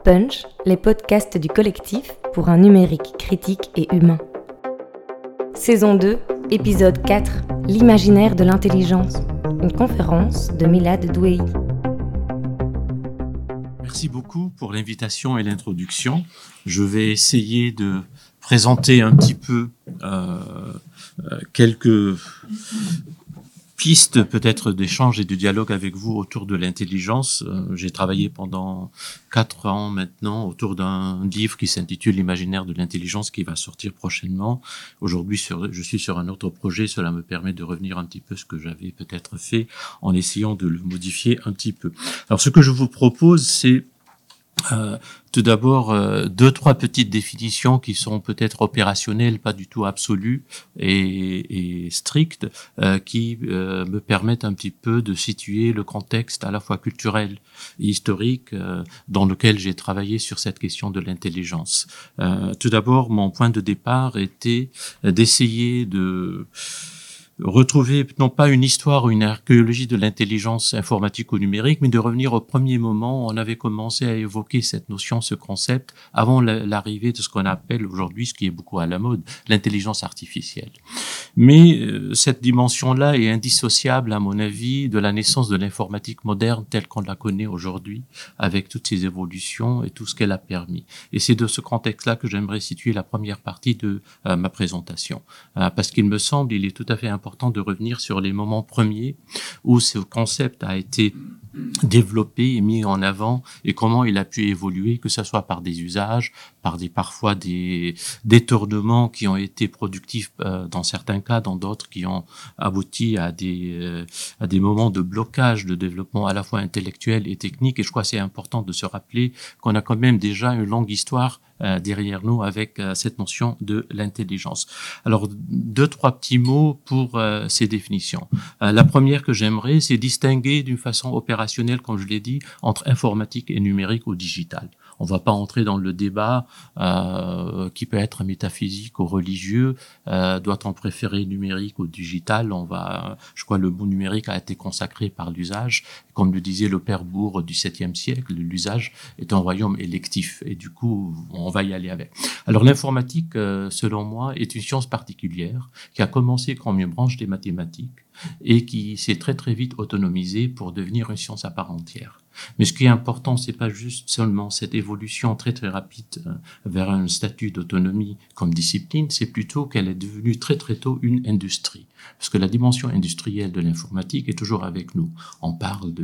Punch, les podcasts du collectif pour un numérique critique et humain. Saison 2, épisode 4, l'imaginaire de l'intelligence. Une conférence de Milad Douei. Merci beaucoup pour l'invitation et l'introduction. Je vais essayer de présenter un petit peu quelques pistes peut-être d'échange et de dialogue avec vous autour de l'intelligence. J'ai travaillé pendant 4 ans maintenant autour d'un livre qui s'intitule L'imaginaire de l'intelligence qui va sortir prochainement. Aujourd'hui, je suis sur un autre projet. Cela me permet de revenir un petit peu ce que j'avais peut-être fait en essayant de le modifier un petit peu. Alors, ce que je vous propose, c'est tout d'abord 2-3 petites définitions qui sont peut-être opérationnelles, pas du tout absolues et strictes, qui me permettent un petit peu de situer le contexte à la fois culturel et historique dans lequel j'ai travaillé sur cette question de l'intelligence. Tout d'abord, mon point de départ était d'essayer de retrouver non pas une histoire ou une archéologie de l'intelligence informatique ou numérique, mais de revenir au premier moment où on avait commencé à évoquer cette notion, ce concept, avant l'arrivée de ce qu'on appelle aujourd'hui, ce qui est beaucoup à la mode, l'intelligence artificielle. Mais cette dimension-là est indissociable, à mon avis, de la naissance de l'informatique moderne telle qu'on la connaît aujourd'hui, avec toutes ses évolutions et tout ce qu'elle a permis. Et c'est de ce contexte-là que j'aimerais situer la première partie de ma présentation. Parce qu'il me semble, il est tout à fait important de revenir sur les moments premiers où ce concept a été développé et mis en avant et comment il a pu évoluer, que ce soit par des usages, par parfois des détournements qui ont été productifs dans certains cas, dans d'autres qui ont abouti à des moments de blocage de développement à la fois intellectuel et technique. Et je crois que c'est important de se rappeler qu'on a quand même déjà une longue histoire derrière nous avec cette notion de l'intelligence. Alors, 2-3 petits mots pour ces définitions. La première que j'aimerais, c'est distinguer d'une façon opérationnelle, comme je l'ai dit, entre informatique et numérique ou digital. On va pas entrer dans le débat qui peut être métaphysique ou religieux. Doit-on préférer numérique ou digital? Je crois, le mot numérique a été consacré par l'usage. Comme le disait le père Bourg du 7e siècle, l'usage est un royaume électif. Et du coup, on va y aller avec. Alors, l'informatique, selon moi, est une science particulière qui a commencé comme une branche des mathématiques et qui s'est très très vite autonomisée pour devenir une science à part entière. Mais ce qui est important, c'est pas juste seulement cette évolution très très rapide vers un statut d'autonomie comme discipline, c'est plutôt qu'elle est devenue très très tôt une industrie. Parce que la dimension industrielle de l'informatique est toujours avec nous. On parle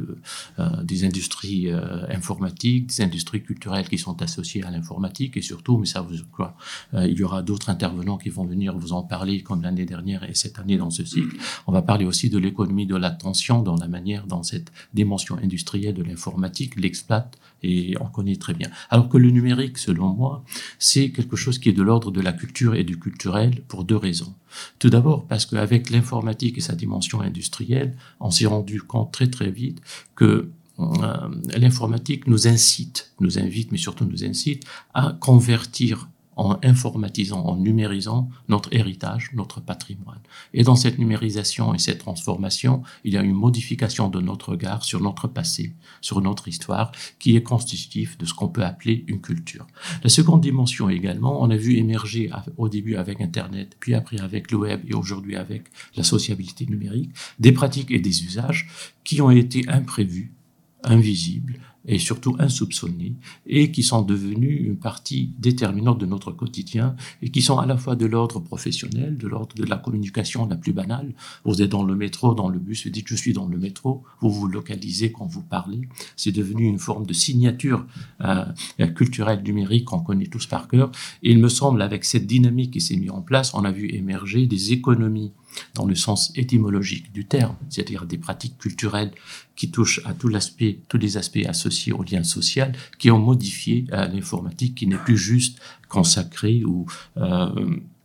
des industries informatiques, des industries culturelles qui sont associées à l'informatique et surtout, mais ça vous crois, il y aura d'autres intervenants qui vont venir vous en parler comme l'année dernière et cette année dans ce cycle. On va parler aussi de l'économie de l'attention dans la manière dont cette dimension industrielle de l'informatique l'exploite et on connaît très bien. Alors que le numérique, selon moi, c'est quelque chose qui est de l'ordre de la culture et du culturel pour 2 raisons. Tout d'abord parce qu'avec l'informatique et sa dimension industrielle, on s'est rendu compte très très vite que l'informatique nous invite, mais surtout nous incite à convertir en informatisant, en numérisant notre héritage, notre patrimoine. Et dans cette numérisation et cette transformation, il y a une modification de notre regard sur notre passé, sur notre histoire, qui est constitutif de ce qu'on peut appeler une culture. La seconde dimension également, on a vu émerger au début avec Internet, puis après avec le web et aujourd'hui avec la sociabilité numérique, des pratiques et des usages qui ont été imprévus, invisibles, et surtout insoupçonnés, et qui sont devenus une partie déterminante de notre quotidien, et qui sont à la fois de l'ordre professionnel, de l'ordre de la communication la plus banale. Vous êtes dans le métro, dans le bus, vous dites « je suis dans le métro », vous vous localisez quand vous parlez. C'est devenu une forme de signature culturelle numérique qu'on connaît tous par cœur, et il me semble, avec cette dynamique qui s'est mise en place, on a vu émerger des économies dans le sens étymologique du terme, c'est-à-dire des pratiques culturelles qui touchent à tous les aspects associés au lien social, qui ont modifié l'informatique, qui n'est plus juste consacrée ou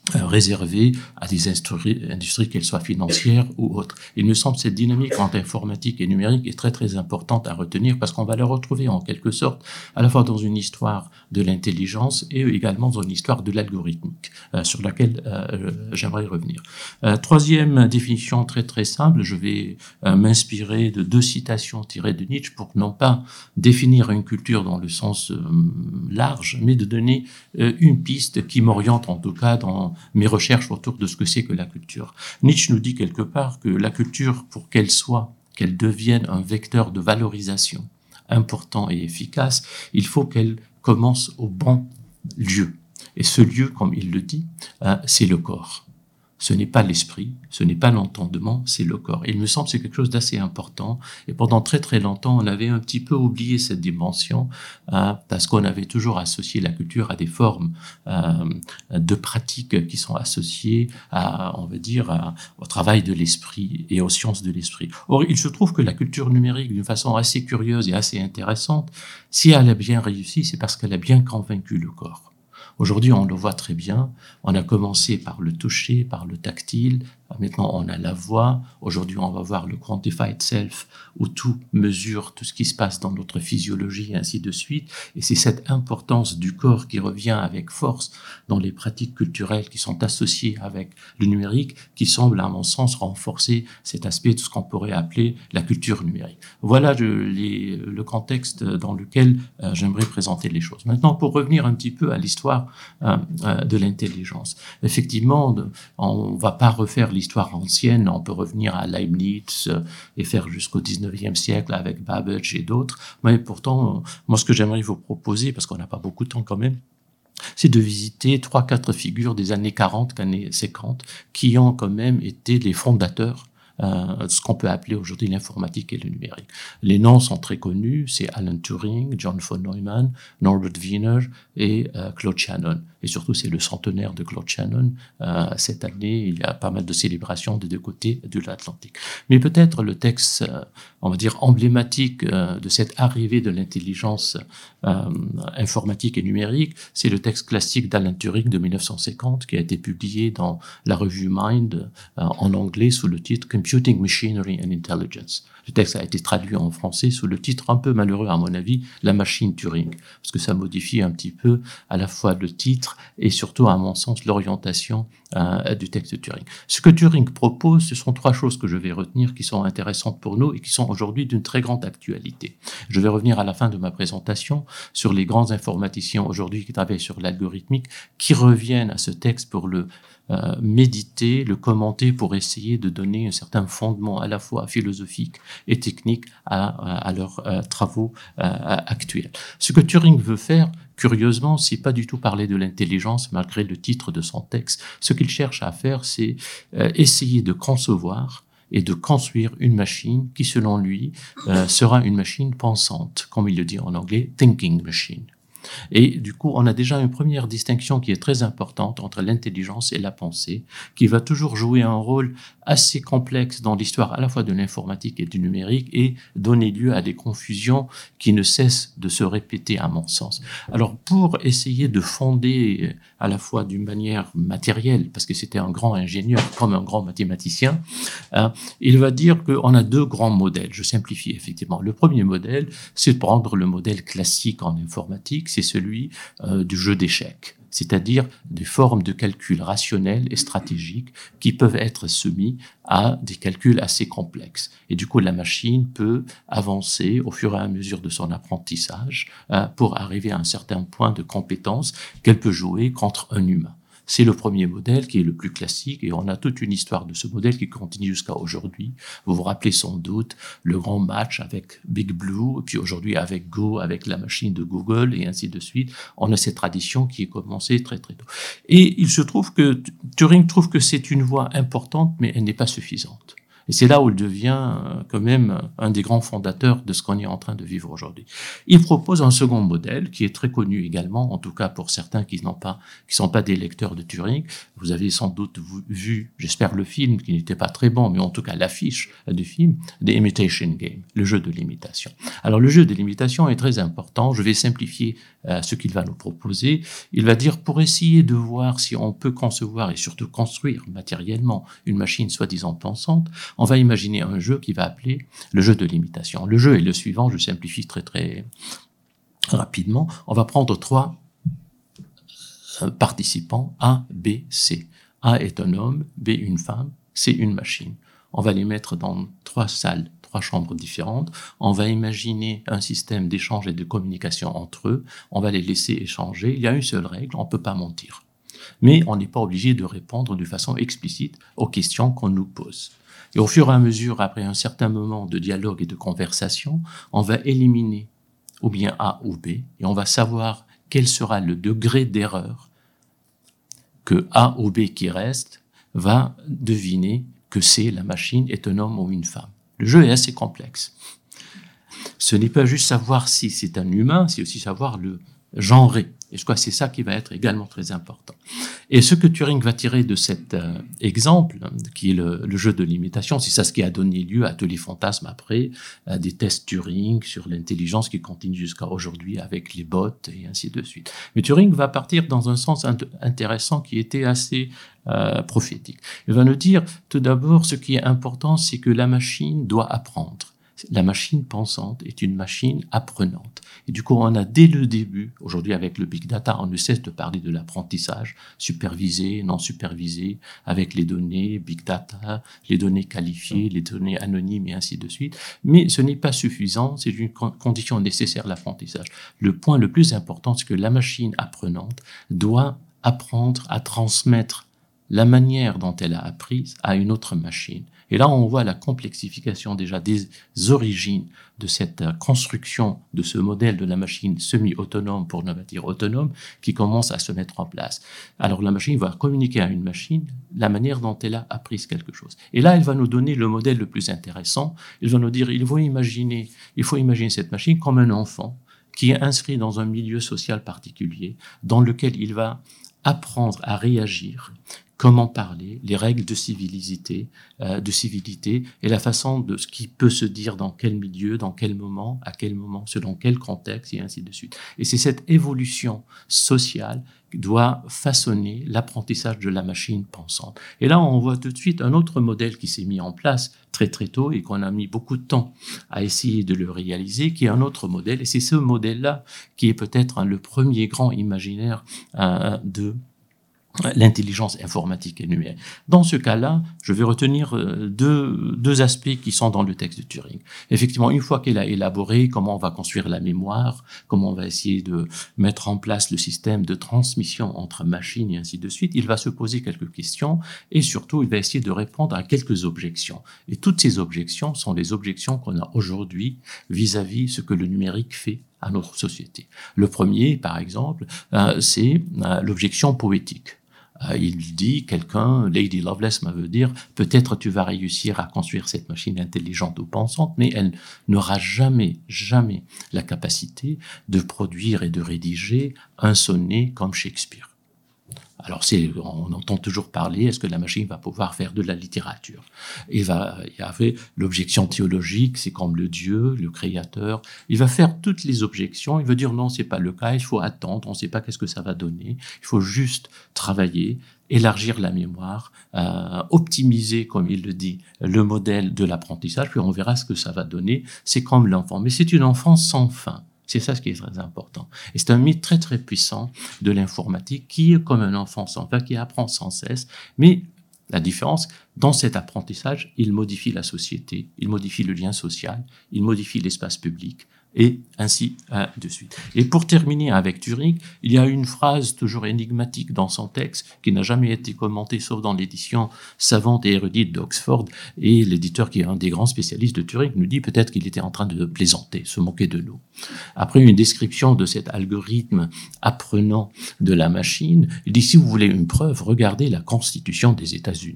réservée à des industries, qu'elles soient financières ou autres. Il me semble que cette dynamique entre informatique et numérique est très très importante à retenir parce qu'on va la retrouver en quelque sorte à la fois dans une histoire de l'intelligence et également dans une histoire de l'algorithmique sur laquelle j'aimerais revenir. Troisième définition très très simple, je vais m'inspirer de 2 citations tirées de Nietzsche pour non pas définir une culture dans le sens large, mais de donner une piste qui m'oriente en tout cas dans mes recherches autour de ce que c'est que la culture. Nietzsche nous dit quelque part que la culture, pour qu'elle devienne un vecteur de valorisation important et efficace, il faut qu'elle commence au bon lieu. Et ce lieu, comme il le dit, c'est le corps. Ce n'est pas l'esprit, ce n'est pas l'entendement, c'est le corps. Et il me semble que c'est quelque chose d'assez important. Et pendant très très longtemps, on avait un petit peu oublié cette dimension parce qu'on avait toujours associé la culture à des formes de pratiques qui sont associées à, on va dire, au travail de l'esprit et aux sciences de l'esprit. Or, il se trouve que la culture numérique, d'une façon assez curieuse et assez intéressante, si elle a bien réussi, c'est parce qu'elle a bien convaincu le corps. Aujourd'hui, on le voit très bien. On a commencé par le toucher, par le tactile. Maintenant, on a la voix. Aujourd'hui, on va voir le quantified self, où tout mesure tout ce qui se passe dans notre physiologie, et ainsi de suite. Et c'est cette importance du corps qui revient avec force dans les pratiques culturelles qui sont associées avec le numérique, qui semble, à mon sens, renforcer cet aspect de ce qu'on pourrait appeler la culture numérique. Voilà le contexte dans lequel j'aimerais présenter les choses. Maintenant, pour revenir un petit peu à l'histoire de l'intelligence. Effectivement, on ne va pas refaire l'histoire ancienne, on peut revenir à Leibniz et faire jusqu'au 19e siècle avec Babbage et d'autres, mais pourtant, moi ce que j'aimerais vous proposer, parce qu'on n'a pas beaucoup de temps quand même, c'est de visiter 3-4 figures des années 40, années 50, qui ont quand même été les fondateurs ce qu'on peut appeler aujourd'hui l'informatique et le numérique. Les noms sont très connus, c'est Alan Turing, John von Neumann, Norbert Wiener et Claude Shannon. Et surtout, c'est le centenaire de Claude Shannon. Cette année, il y a pas mal de célébrations des 2 côtés de l'Atlantique. Mais peut-être le texte, on va dire, emblématique de cette arrivée de l'intelligence informatique et numérique, c'est le texte classique d'Alan Turing de 1950 qui a été publié dans la revue Mind en anglais sous le titre Computing Machinery and Intelligence. Le texte a été traduit en français sous le titre un peu malheureux à mon avis, La machine Turing, parce que ça modifie un petit peu à la fois le titre et surtout à mon sens l'orientation du texte de Turing. Ce que Turing propose, ce sont 3 choses que je vais retenir qui sont intéressantes pour nous et qui sont aujourd'hui d'une très grande actualité. Je vais revenir à la fin de ma présentation sur les grands informaticiens aujourd'hui qui travaillent sur l'algorithmique, qui reviennent à ce texte pour le méditer, le commenter pour essayer de donner un certain fondement à la fois philosophique et technique à leurs travaux actuels. Ce que Turing veut faire, curieusement, c'est pas du tout parler de l'intelligence malgré le titre de son texte. Ce qu'il cherche à faire, c'est essayer de concevoir et de construire une machine qui, selon lui, sera une machine pensante, comme il le dit en anglais, thinking machine. Et du coup, on a déjà une première distinction qui est très importante entre l'intelligence et la pensée, qui va toujours jouer un rôle assez complexe dans l'histoire à la fois de l'informatique et du numérique et donner lieu à des confusions qui ne cessent de se répéter à mon sens. Alors, pour essayer de fonder à la fois d'une manière matérielle, parce que c'était un grand ingénieur comme un grand mathématicien, il va dire qu'on a 2 grands modèles. Je simplifie effectivement. Le premier modèle, c'est de prendre le modèle classique en informatique, c'est celui du jeu d'échecs, c'est-à-dire des formes de calcul rationnels et stratégiques qui peuvent être soumis à des calculs assez complexes. Et du coup, la machine peut avancer au fur et à mesure de son apprentissage pour arriver à un certain point de compétence qu'elle peut jouer contre un humain. C'est le premier modèle qui est le plus classique et on a toute une histoire de ce modèle qui continue jusqu'à aujourd'hui. Vous vous rappelez sans doute le grand match avec Big Blue, et puis aujourd'hui avec Go, avec la machine de Google et ainsi de suite. On a cette tradition qui est commencée très très tôt. Et il se trouve que Turing trouve que c'est une voie importante, mais elle n'est pas suffisante. Et c'est là où il devient quand même un des grands fondateurs de ce qu'on est en train de vivre aujourd'hui. Il propose un second modèle qui est très connu également, en tout cas pour certains qui sont pas des lecteurs de Turing. Vous avez sans doute vu, j'espère, le film qui n'était pas très bon, mais en tout cas l'affiche du film, The Imitation Game, le jeu de l'imitation. Alors le jeu de l'imitation est très important. Je vais simplifier ce qu'il va nous proposer. Il va dire, pour essayer de voir si on peut concevoir et surtout construire matériellement une machine soi-disant pensante, on va imaginer un jeu qui va appeler le jeu de l'imitation. Le jeu est le suivant, je simplifie très très rapidement. On va prendre 3 participants, A, B, C. A est un homme, B une femme, C une machine. On va les mettre dans 3 salles, 3 chambres différentes. On va imaginer un système d'échange et de communication entre eux. On va les laisser échanger. Il y a une seule règle, on ne peut pas mentir. Mais on n'est pas obligé de répondre de façon explicite aux questions qu'on nous pose. Et au fur et à mesure, après un certain moment de dialogue et de conversation, on va éliminer ou bien A ou B, et on va savoir quel sera le degré d'erreur que A ou B qui reste va deviner que C, la machine, est un homme ou une femme. Le jeu est assez complexe. Ce n'est pas juste savoir si c'est un humain, c'est aussi savoir le genrer. Et je crois que c'est ça qui va être également très important. Et ce que Turing va tirer de cet exemple, qui est le jeu de l'imitation, c'est ça ce qui a donné lieu à tous les fantasmes après, des tests Turing sur l'intelligence qui continuent jusqu'à aujourd'hui avec les bots et ainsi de suite. Mais Turing va partir dans un sens intéressant qui était assez prophétique. Il va nous dire, tout d'abord, ce qui est important, c'est que la machine doit apprendre. La machine pensante est une machine apprenante. Et du coup, on a dès le début, aujourd'hui avec le big data, on ne cesse de parler de l'apprentissage supervisé, non supervisé, avec les données big data, les données qualifiées, les données anonymes et ainsi de suite. Mais ce n'est pas suffisant, c'est une condition nécessaire de l'apprentissage. Le point le plus important, c'est que la machine apprenante doit apprendre à transmettre la manière dont elle a appris à une autre machine. Et là, on voit la complexification déjà des origines de cette construction de ce modèle de la machine semi-autonome, pour ne pas dire autonome, qui commence à se mettre en place. Alors la machine va communiquer à une machine la manière dont elle a appris quelque chose. Et là, elle va nous donner le modèle le plus intéressant. Elle va nous dire, il faut imaginer cette machine comme un enfant qui est inscrit dans un milieu social particulier, dans lequel il va apprendre à réagir, comment parler, les règles de civilité et la façon de ce qui peut se dire dans quel milieu, dans quel moment, à quel moment, selon quel contexte, et ainsi de suite. Et c'est cette évolution sociale qui doit façonner l'apprentissage de la machine pensante. Et là, on voit tout de suite un autre modèle qui s'est mis en place très très tôt et qu'on a mis beaucoup de temps à essayer de le réaliser, qui est un autre modèle. Et c'est ce modèle-là qui est peut-être le premier grand imaginaire de l'intelligence informatique et numérique. Dans ce cas-là, je vais retenir deux aspects qui sont dans le texte de Turing. Effectivement, une fois qu'elle a élaboré comment on va construire la mémoire, comment on va essayer de mettre en place le système de transmission entre machines et ainsi de suite, il va se poser quelques questions et surtout, il va essayer de répondre à quelques objections. Et toutes ces objections sont les objections qu'on a aujourd'hui vis-à-vis ce que le numérique fait à notre société. Le premier, par exemple, c'est l'objection poétique. Il dit, quelqu'un, Lady Lovelace veut dire, peut-être tu vas réussir à construire cette machine intelligente ou pensante, mais elle n'aura jamais la capacité de produire et de rédiger un sonnet comme Shakespeare. Alors on entend toujours parler, est-ce que la machine va pouvoir faire de la littérature? Il y avait l'objection théologique, c'est comme le Dieu, le Créateur. Il va faire toutes les objections, il veut dire non, c'est pas le cas, il faut attendre, on ne sait pas qu'est-ce que ça va donner, il faut juste travailler, élargir la mémoire, optimiser, comme il le dit, le modèle de l'apprentissage, puis on verra ce que ça va donner. C'est comme l'enfant, mais c'est une enfance sans fin. C'est ça ce qui est très important. Et c'est un mythe très très puissant de l'informatique qui est comme un enfant sans fin, qui apprend sans cesse. Mais la différence, dans cet apprentissage, il modifie la société, il modifie le lien social, il modifie l'espace public, et ainsi de suite. Et pour terminer avec Turing, il y a une phrase toujours énigmatique dans son texte qui n'a jamais été commentée sauf dans l'édition savante et érudite d'Oxford, et l'éditeur qui est un des grands spécialistes de Turing nous dit peut-être qu'il était en train de plaisanter, se moquer de nous. Après une description de cet algorithme apprenant de la machine, il dit si vous voulez une preuve, regardez la Constitution des États-Unis.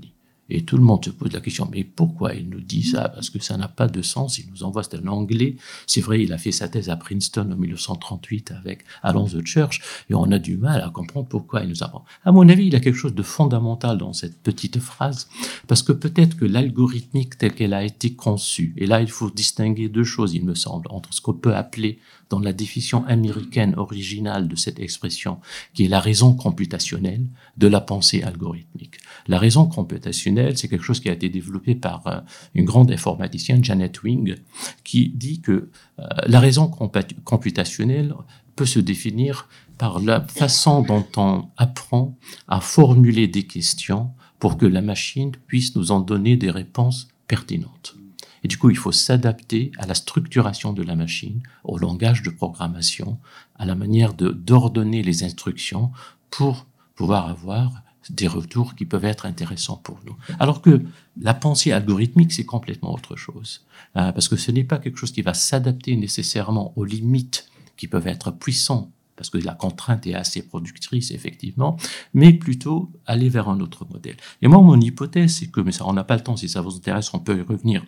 Et tout le monde se pose la question, mais pourquoi il nous dit ça? Parce que ça n'a pas de sens, il nous envoie, c'est un Anglais. C'est vrai, il a fait sa thèse à Princeton en 1938 avec Alonzo Church, et on a du mal à comprendre pourquoi il nous apprend. À mon avis, il y a quelque chose de fondamental dans cette petite phrase, parce que peut-être que l'algorithmique telle qu'elle a été conçue, et là il faut distinguer deux choses, il me semble, entre ce qu'on peut appeler dans la définition américaine originale de cette expression, qui est la raison computationnelle de la pensée algorithmique. La raison computationnelle, c'est quelque chose qui a été développé par une grande informaticienne, Janet Wing, qui dit que la raison computationnelle peut se définir par la façon dont on apprend à formuler des questions pour que la machine puisse nous en donner des réponses pertinentes. Et du coup, il faut s'adapter à la structuration de la machine, au langage de programmation, à la manière d'ordonner les instructions pour pouvoir avoir des retours qui peuvent être intéressants pour nous. Alors que la pensée algorithmique, c'est complètement autre chose. Parce que ce n'est pas quelque chose qui va s'adapter nécessairement aux limites qui peuvent être puissantes, parce que la contrainte est assez productrice, effectivement, mais plutôt aller vers un autre modèle. Et moi, mon hypothèse, c'est que, mais ça, on n'a pas le temps, si ça vous intéresse, on peut y revenir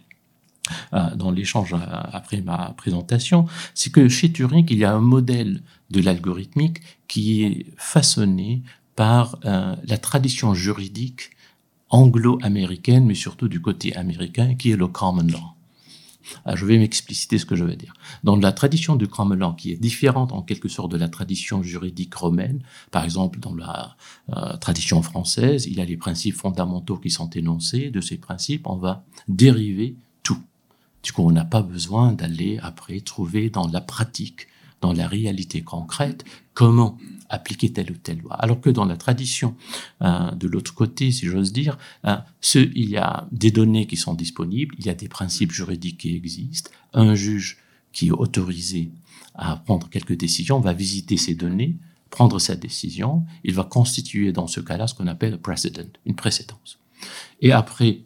dans l'échange après ma présentation, c'est que chez Turing, il y a un modèle de l'algorithmique qui est façonné par la tradition juridique anglo-américaine, mais surtout du côté américain, qui est le common law. Je vais m'expliciter ce que je veux dire. Dans la tradition du common law, qui est différente en quelque sorte de la tradition juridique romaine, par exemple dans la tradition française, il y a les principes fondamentaux qui sont énoncés. De ces principes, on va dériver tout. Du coup, on n'a pas besoin d'aller après trouver dans la pratique, dans la réalité concrète, comment appliquer telle ou telle loi. Alors que dans la tradition de l'autre côté, si j'ose dire, il y a des données qui sont disponibles, il y a des principes juridiques qui existent, un juge qui est autorisé à prendre quelques décisions va visiter ces données, prendre sa décision, il va constituer dans ce cas-là ce qu'on appelle un precedent, une précédence. Et après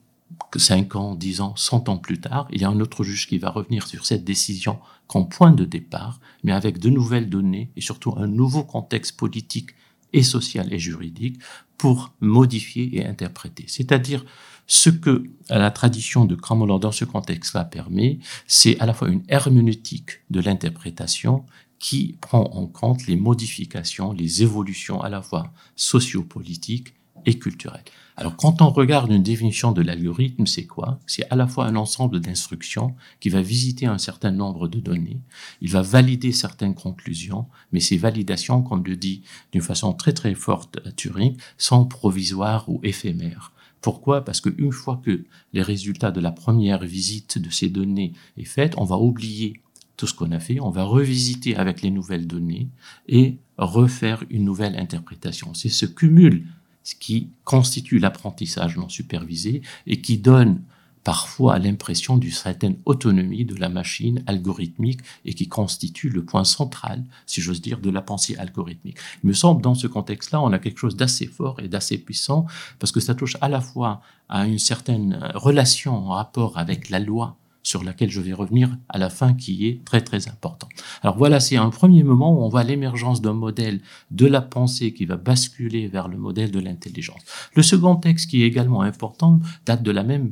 5 ans, 10 ans, 100 ans plus tard, il y a un autre juge qui va revenir sur cette décision comme point de départ, mais avec de nouvelles données et surtout un nouveau contexte politique et social et juridique pour modifier et interpréter. C'est-à-dire, ce que la tradition de common law dans ce contexte-là permet, c'est à la fois une herméneutique de l'interprétation qui prend en compte les modifications, les évolutions à la fois sociopolitiques et culturelles. Alors, quand on regarde une définition de l'algorithme, c'est quoi? C'est à la fois un ensemble d'instructions qui va visiter un certain nombre de données, il va valider certaines conclusions, mais ces validations, comme le dit d'une façon très très forte Turing, sont provisoires ou éphémères. Pourquoi? Parce qu'une fois que les résultats de la première visite de ces données est faite, on va oublier tout ce qu'on a fait, on va revisiter avec les nouvelles données et refaire une nouvelle interprétation. C'est ce cumul qui constitue l'apprentissage non supervisé et qui donne parfois l'impression d'une certaine autonomie de la machine algorithmique et qui constitue le point central, si j'ose dire, de la pensée algorithmique. Il me semble, dans ce contexte-là, on a quelque chose d'assez fort et d'assez puissant parce que ça touche à la fois à une certaine relation en rapport avec la loi sur laquelle je vais revenir à la fin, qui est très très important. Alors voilà, c'est un premier moment où on voit l'émergence d'un modèle de la pensée qui va basculer vers le modèle de l'intelligence. Le second texte qui est également important date de la même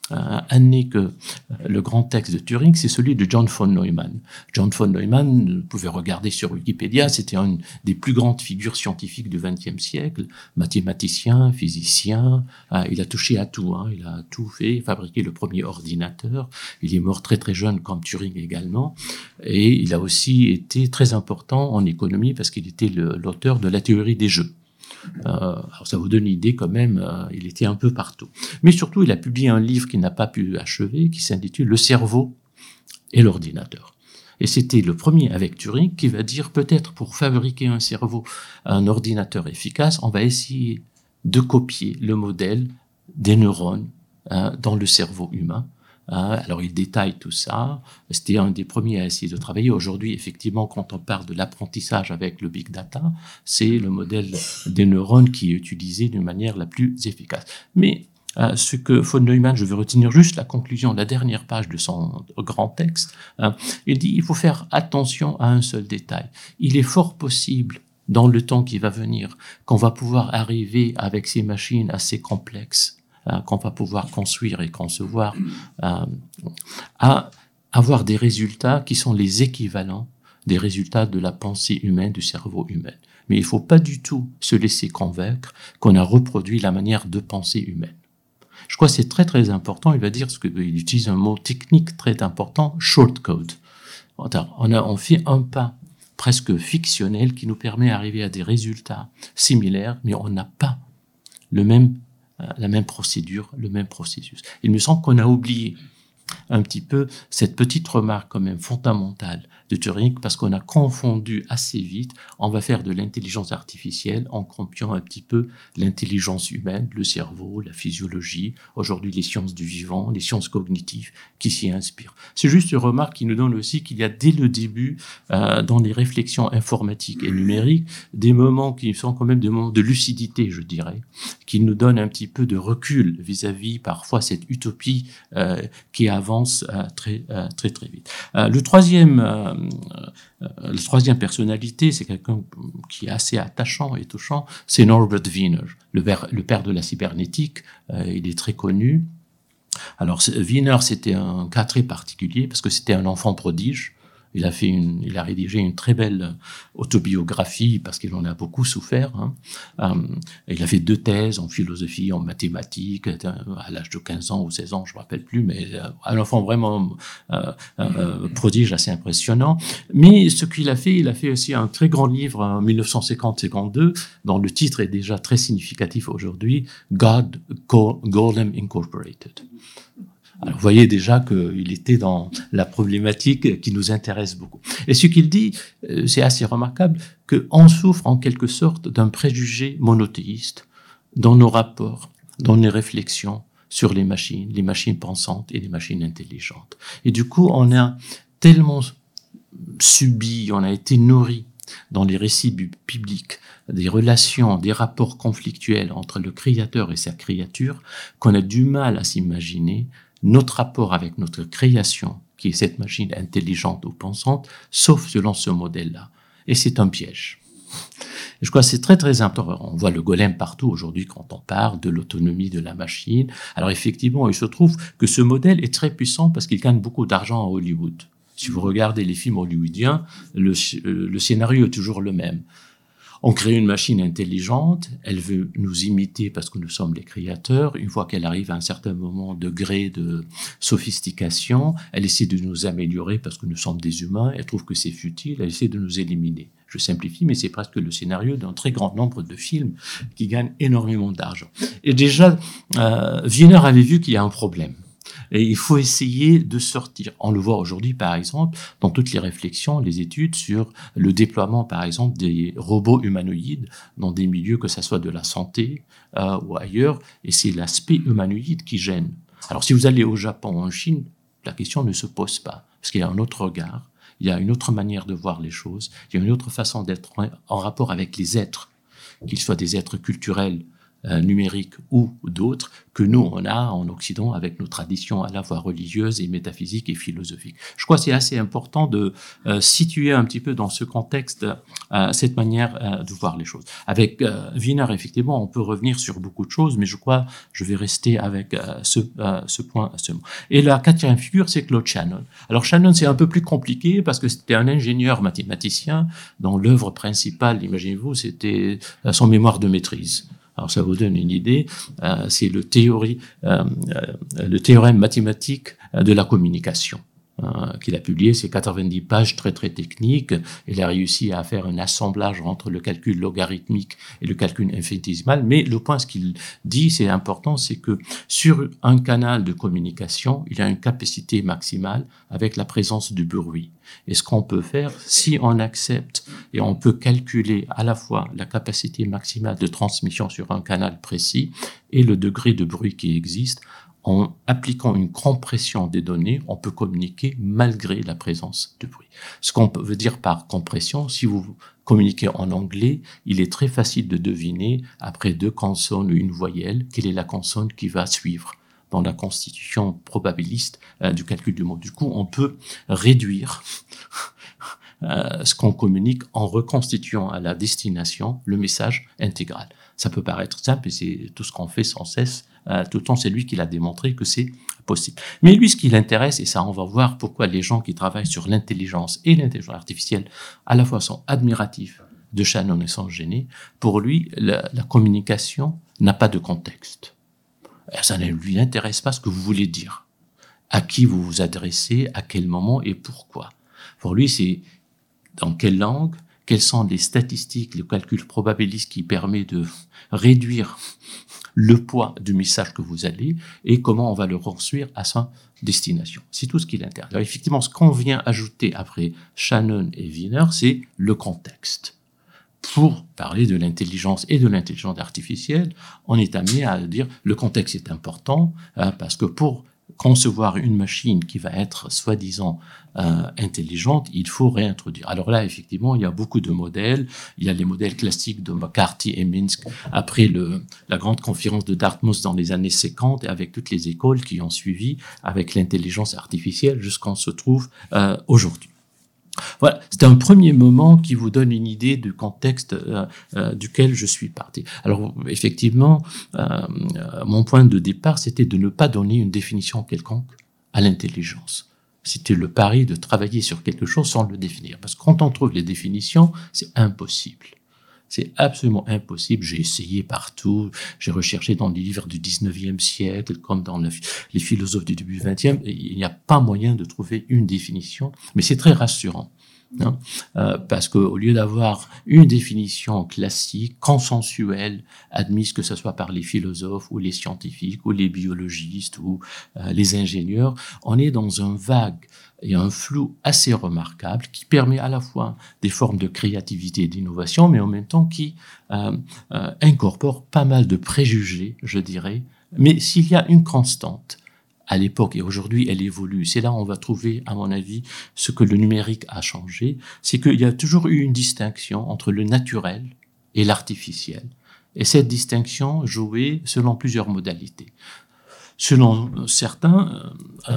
année que le grand texte de Turing, c'est celui de John von Neumann. John von Neumann, vous pouvez regarder sur Wikipédia, c'était une des plus grandes figures scientifiques du XXe siècle, mathématicien, physicien, il a touché à tout, il a tout fait, fabriqué le premier ordinateur, il est mort très très jeune comme Turing également, et il a aussi été très important en économie parce qu'il était l'auteur de la théorie des jeux. Alors ça vous donne une idée quand même, il était un peu partout. Mais surtout, il a publié un livre qu'il n'a pas pu achever, qui s'intitule « Le cerveau et l'ordinateur ». Et c'était le premier avec Turing qui va dire peut-être pour fabriquer un cerveau, un ordinateur efficace, on va essayer de copier le modèle des neurones dans le cerveau humain. Alors, il détaille tout ça. C'était un des premiers à essayer de travailler. Aujourd'hui, effectivement, quand on parle de l'apprentissage avec le big data, c'est le modèle des neurones qui est utilisé d'une manière la plus efficace. Mais ce que von Neumann, je vais retenir juste la conclusion, la dernière page de son grand texte, il dit il faut faire attention à un seul détail. Il est fort possible, dans le temps qui va venir, qu'on va pouvoir arriver avec ces machines assez complexes qu'on va pouvoir construire et concevoir, à avoir des résultats qui sont les équivalents des résultats de la pensée humaine, du cerveau humain. Mais il ne faut pas du tout se laisser convaincre qu'on a reproduit la manière de penser humaine. Je crois que c'est très très important. Il va dire, il utilise un mot technique très important, shortcode. On fait un pas presque fictionnel qui nous permet d'arriver à des résultats similaires, mais on n'a pas la même procédure, le même processus. Il me semble qu'on a oublié un petit peu cette petite remarque quand même fondamentale de Turing, parce qu'on a confondu assez vite, on va faire de l'intelligence artificielle en copiant un petit peu l'intelligence humaine, le cerveau, la physiologie, aujourd'hui les sciences du vivant, les sciences cognitives qui s'y inspirent. C'est juste une remarque qui nous donne aussi qu'il y a dès le début, dans les réflexions informatiques et numériques, des moments qui sont quand même des moments de lucidité, je dirais, qui nous donnent un petit peu de recul vis-à-vis parfois cette utopie qui avance très vite. La troisième personnalité, c'est quelqu'un qui est assez attachant et touchant, c'est Norbert Wiener, le père de la cybernétique. Il est très connu. Alors Wiener, c'était un cas très particulier parce que c'était un enfant prodige. Il a rédigé une très belle autobiographie parce qu'il en a beaucoup souffert. Il a fait 2 thèses en philosophie, en mathématiques, à l'âge de 15 ans ou 16 ans, je ne me rappelle plus, mais un enfant vraiment prodige, assez impressionnant. Mais ce qu'il a fait, il a fait aussi un très grand livre en 1950-52, dont le titre est déjà très significatif aujourd'hui, God, Golem Incorporated. Alors, vous voyez déjà qu'il était dans la problématique qui nous intéresse beaucoup. Et ce qu'il dit, c'est assez remarquable, qu'on souffre en quelque sorte d'un préjugé monothéiste dans nos rapports, dans nos réflexions sur les machines pensantes et les machines intelligentes. Et du coup, on a tellement subi, on a été nourri dans les récits bibliques, des relations, des rapports conflictuels entre le créateur et sa créature, qu'on a du mal à s'imaginer notre rapport avec notre création, qui est cette machine intelligente ou pensante, sauf selon ce modèle-là. Et c'est un piège. Et je crois que c'est très très important. On voit le golem partout aujourd'hui quand on parle de l'autonomie de la machine. Alors effectivement, il se trouve que ce modèle est très puissant parce qu'il gagne beaucoup d'argent à Hollywood. Si vous regardez les films hollywoodiens, le scénario est toujours le même. On crée une machine intelligente, elle veut nous imiter parce que nous sommes les créateurs. Une fois qu'elle arrive à un certain degré de sophistication, elle essaie de nous améliorer parce que nous sommes des humains, elle trouve que c'est futile, elle essaie de nous éliminer. Je simplifie, mais c'est presque le scénario d'un très grand nombre de films qui gagnent énormément d'argent. Et déjà, Wiener avait vu qu'il y a un problème. Et il faut essayer de sortir. On le voit aujourd'hui, par exemple, dans toutes les réflexions, les études sur le déploiement, par exemple, des robots humanoïdes dans des milieux, que ce soit de la santé ou ailleurs, et c'est l'aspect humanoïde qui gêne. Alors, si vous allez au Japon ou en Chine, la question ne se pose pas, parce qu'il y a un autre regard, il y a une autre manière de voir les choses, il y a une autre façon d'être en rapport avec les êtres, qu'ils soient des êtres culturels, numériques ou d'autres, que nous, on a en Occident avec nos traditions à la fois religieuses et métaphysiques et philosophiques. Je crois que c'est assez important de situer un petit peu dans ce contexte cette manière de voir les choses. Avec Wiener, effectivement, on peut revenir sur beaucoup de choses, mais je crois je vais rester avec ce point. Et la 4e figure, c'est Claude Shannon. Alors Shannon, c'est un peu plus compliqué parce que c'était un ingénieur mathématicien dont l'œuvre principale, imaginez-vous, c'était son mémoire de maîtrise. Alors ça vous donne une idée, c'est le théorème mathématique de la communication qu'il a publié, c'est 90 pages très très techniques. Il a réussi à faire un assemblage entre le calcul logarithmique et le calcul infinitésimal, mais le point, ce qu'il dit, c'est important, c'est que sur un canal de communication, il y a une capacité maximale avec la présence du bruit. Et ce qu'on peut faire, si on accepte et on peut calculer à la fois la capacité maximale de transmission sur un canal précis et le degré de bruit qui existe, en appliquant une compression des données, on peut communiquer malgré la présence de bruit. Ce qu'on veut dire par compression, si vous communiquez en anglais, il est très facile de deviner, après 2 consonnes ou une voyelle, quelle est la consonne qui va suivre dans la constitution probabiliste du calcul du mot. Du coup, on peut réduire ce qu'on communique en reconstituant à la destination le message intégral. Ça peut paraître simple et c'est tout ce qu'on fait sans cesse. Tout le temps, c'est lui qui l'a démontré que c'est possible. Mais lui, ce qui l'intéresse, et ça, on va voir pourquoi les gens qui travaillent sur l'intelligence et l'intelligence artificielle à la fois sont admiratifs de Shannon et sans gêner. Pour lui, la communication n'a pas de contexte. Ça ne lui intéresse pas ce que vous voulez dire, à qui vous vous adressez, à quel moment et pourquoi. Pour lui, c'est dans quelle langue, quelles sont les statistiques, le calcul probabiliste qui permet de réduire le poids du message que vous allez et comment on va le construire à sa destination. C'est tout ce qui l'intéresse. Alors effectivement, ce qu'on vient ajouter après Shannon et Wiener, c'est le contexte. Pour parler de l'intelligence et de l'intelligence artificielle, on est amené à dire le contexte est important parce que pour concevoir une machine qui va être soi-disant intelligente, il faut réintroduire. Alors là, effectivement, il y a beaucoup de modèles. Il y a les modèles classiques de McCarthy et Minsky après la grande conférence de Dartmouth dans les années 50 et avec toutes les écoles qui ont suivi avec l'intelligence artificielle jusqu'on se trouve aujourd'hui. Voilà, c'est un premier moment qui vous donne une idée du contexte duquel je suis parti. Alors effectivement, mon point de départ, c'était de ne pas donner une définition quelconque à l'intelligence. C'était le pari de travailler sur quelque chose sans le définir. Parce que quand on trouve les définitions, c'est impossible. C'est absolument impossible. J'ai essayé partout. J'ai recherché dans les livres du 19e siècle, comme dans les philosophes du début du 20e. Il n'y a pas moyen de trouver une définition. Mais c'est très rassurant. Hein, parce qu'au lieu d'avoir une définition classique, consensuelle, admise que ce soit par les philosophes ou les scientifiques ou les biologistes ou les ingénieurs, on est dans un vague et un flou assez remarquable qui permet à la fois des formes de créativité et d'innovation, mais en même temps qui incorpore pas mal de préjugés, je dirais. Mais s'il y a une constante, à l'époque et aujourd'hui, elle évolue. C'est là où on va trouver, à mon avis, ce que le numérique a changé. C'est qu'il y a toujours eu une distinction entre le naturel et l'artificiel. Et cette distinction jouait selon plusieurs modalités. Selon certains,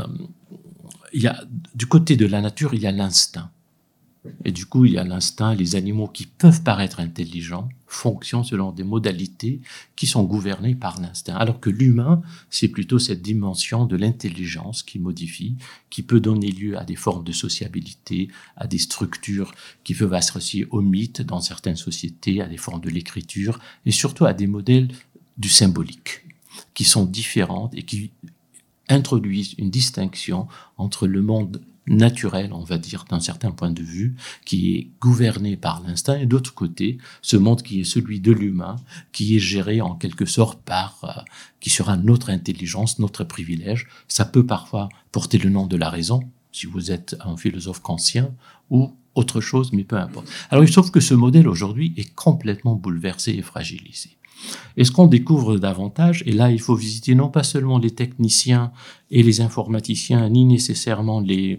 il y a, du côté de la nature, il y a l'instinct. Et du coup, il y a l'instinct, les animaux qui peuvent paraître intelligents fonctionnent selon des modalités qui sont gouvernées par l'instinct. Alors que l'humain, c'est plutôt cette dimension de l'intelligence qui modifie, qui peut donner lieu à des formes de sociabilité, à des structures qui peuvent associer au mythe dans certaines sociétés, à des formes de l'écriture, et surtout à des modèles du symbolique, qui sont différentes et qui introduisent une distinction entre le monde naturel, on va dire, d'un certain point de vue, qui est gouverné par l'instinct, et d'autre côté, ce monde qui est celui de l'humain, qui est géré en quelque sorte par, qui sera notre intelligence, notre privilège. Ça peut parfois porter le nom de la raison, si vous êtes un philosophe kantien, ou autre chose, mais peu importe. Alors il se trouve que ce modèle aujourd'hui est complètement bouleversé et fragilisé. Et ce qu'on découvre davantage, et là il faut visiter non pas seulement les techniciens et les informaticiens, ni nécessairement les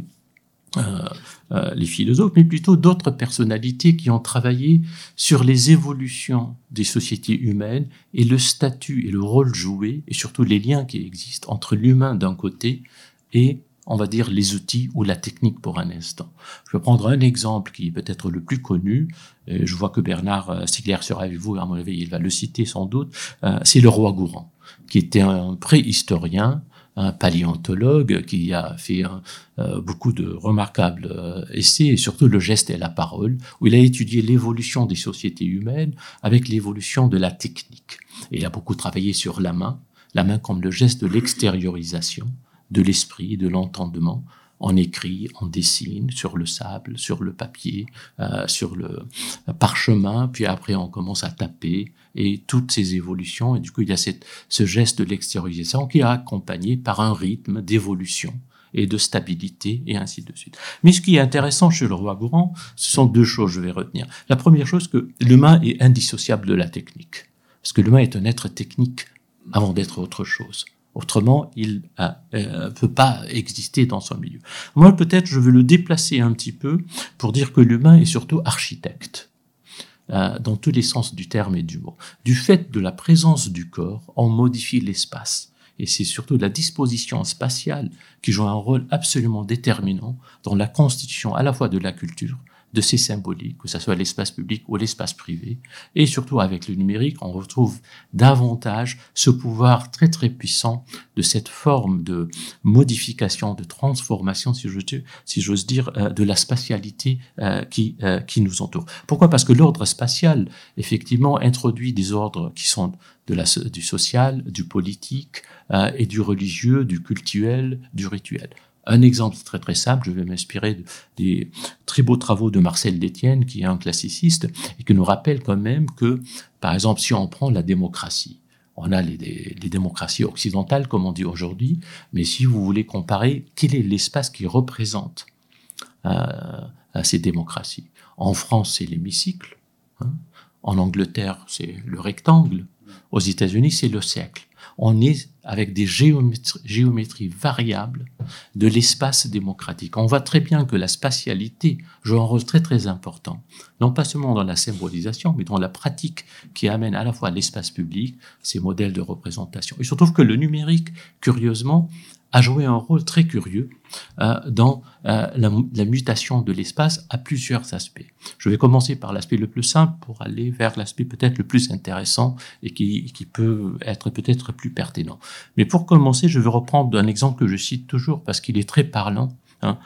philosophes, mais plutôt d'autres personnalités qui ont travaillé sur les évolutions des sociétés humaines et le statut et le rôle joué, et surtout les liens qui existent entre l'humain d'un côté et, on va dire, les outils ou la technique pour un instant. Je vais prendre un exemple qui est peut-être le plus connu. Je vois que Bernard Stiegler sera avec vous, à mon avis, il va le citer sans doute. C'est le roi Gourand, qui était un préhistorien, un paléontologue qui a fait beaucoup de remarquables essais, et surtout le geste et la parole, où il a étudié l'évolution des sociétés humaines avec l'évolution de la technique. Et il a beaucoup travaillé sur la main comme le geste de l'extériorisation, de l'esprit, de l'entendement. On écrit, on dessine sur le sable, sur le papier, sur le parchemin, puis après on commence à taper, et toutes ces évolutions, et du coup il y a ce geste de l'extériorisation qui est accompagné par un rythme d'évolution et de stabilité, et ainsi de suite. Mais ce qui est intéressant chez le roi Gourand, ce sont deux choses, je vais retenir. La première chose, que l'humain est indissociable de la technique, parce que l'humain est un être technique avant d'être autre chose. Autrement, il ne peut pas exister dans son milieu. Moi, peut-être, je veux le déplacer un petit peu pour dire que l'humain est surtout architecte, dans tous les sens du terme et du mot. Du fait de la présence du corps, on modifie l'espace. et c'est surtout la disposition spatiale qui joue un rôle absolument déterminant dans la constitution à la fois de la culture, de ces symboliques, que ce soit l'espace public ou l'espace privé. Et surtout avec le numérique, on retrouve davantage ce pouvoir très très puissant de cette forme de modification, de transformation, si j'ose dire, de la spatialité qui nous entoure. Pourquoi ? Parce que l'ordre spatial, effectivement, introduit des ordres qui sont du social, du politique et du religieux, du cultuel, du rituel. Un exemple très très simple, je vais m'inspirer des très beaux travaux de Marcel Détienne, qui est un classiciste, et qui nous rappelle quand même que, par exemple, si on prend la démocratie, on a les démocraties occidentales, comme on dit aujourd'hui, mais si vous voulez comparer, quel est l'espace qui représente ces démocraties ? En France, c'est l'hémicycle, hein. En Angleterre, c'est le rectangle. Aux États-Unis, c'est le cercle. On est avec des géométries variables de l'espace démocratique. On voit très bien que la spatialité joue un rôle très très important, non pas seulement dans la symbolisation, mais dans la pratique qui amène à la fois l'espace public, ces modèles de représentation. Il se trouve que le numérique, curieusement, a joué un rôle très curieux dans la mutation de l'espace à plusieurs aspects. Je vais commencer par l'aspect le plus simple pour aller vers l'aspect peut-être le plus intéressant et qui peut être peut-être plus pertinent. Mais pour commencer, je vais reprendre un exemple que je cite toujours parce qu'il est très parlant, hein,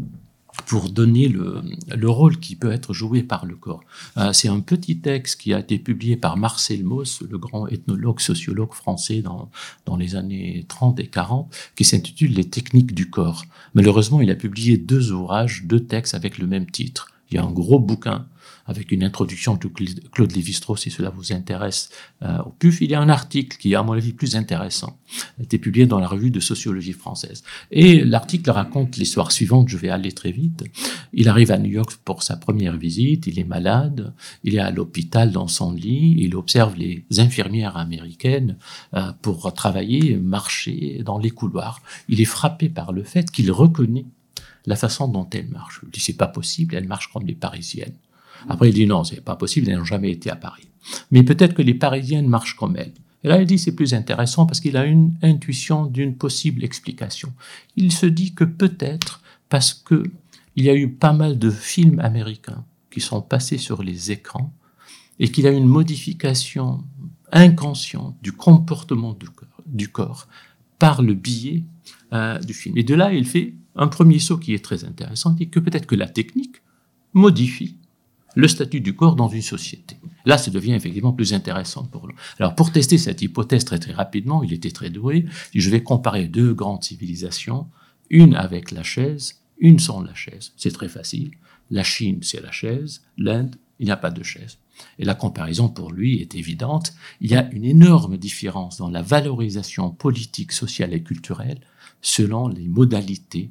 pour donner le rôle qui peut être joué par le corps. C'est un petit texte qui a été publié par Marcel Mauss, le grand ethnologue, sociologue français dans les années 30 et 40, qui s'intitule « Les techniques du corps ». Malheureusement, il a publié 2 ouvrages, 2 textes avec le même titre. Il y a un gros bouquin avec une introduction de Claude Lévi-Strauss, si cela vous intéresse, au PUF. Il y a un article qui est, à mon avis, plus intéressant. Il a été publié dans la revue de sociologie française. Et l'article raconte l'histoire suivante, je vais aller très vite. Il arrive à New York pour sa première visite, il est malade, il est à l'hôpital dans son lit, il observe les infirmières américaines pour travailler, marcher dans les couloirs. Il est frappé par le fait qu'il reconnaît la façon dont elles marchent. Il dit, c'est pas possible, elles marchent comme les Parisiennes. Après, il dit, non, c'est pas possible, elles n'ont jamais été à Paris. Mais peut-être que les Parisiennes marchent comme elles. Et là, il dit, c'est plus intéressant parce qu'il a une intuition d'une possible explication. Il se dit que peut-être parce que il y a eu pas mal de films américains qui sont passés sur les écrans et qu'il y a une modification inconsciente du comportement du corps par le biais du film. Et de là, il fait un premier saut qui est très intéressant, dit que peut-être que la technique modifie le statut du corps dans une société. Là, ça devient effectivement plus intéressant pour nous. Alors, pour tester cette hypothèse très très rapidement, il était très doué, je vais comparer 2 grandes civilisations, une avec la chaise, une sans la chaise. C'est très facile. La Chine, c'est la chaise. L'Inde, il n'y a pas de chaise. Et la comparaison pour lui est évidente. Il y a une énorme différence dans la valorisation politique, sociale et culturelle selon les modalités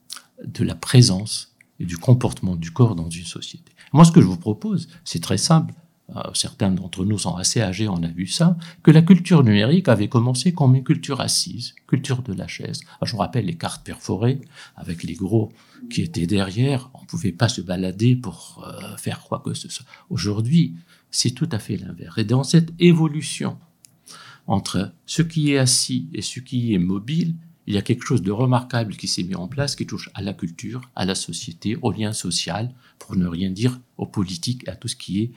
de la présence et du comportement du corps dans une société. Moi, ce que je vous propose, c'est très simple. Certains d'entre nous sont assez âgés, on a vu ça, que la culture numérique avait commencé comme une culture assise, culture de la chaise. Je vous rappelle les cartes perforées avec les gros qui étaient derrière. On ne pouvait pas se balader pour faire quoi que ce soit. Aujourd'hui, c'est tout à fait l'inverse. Et dans cette évolution entre ce qui est assis et ce qui est mobile, il y a quelque chose de remarquable qui s'est mis en place, qui touche à la culture, à la société, au lien social, pour ne rien dire aux politiques, à tout ce qui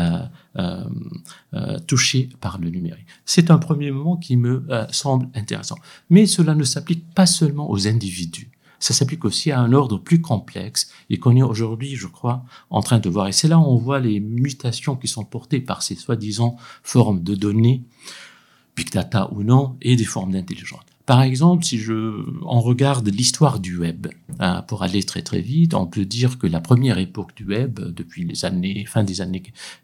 est touché par le numérique. C'est un premier moment qui me semble intéressant. Mais cela ne s'applique pas seulement aux individus. Ça s'applique aussi à un ordre plus complexe et qu'on est aujourd'hui, je crois, en train de voir. Et c'est là où on voit les mutations qui sont portées par ces soi-disant formes de données, big data ou non, et des formes d'intelligence. Par exemple, si on regarde l'histoire du web, pour aller très très vite, on peut dire que la première époque du web, depuis fin des années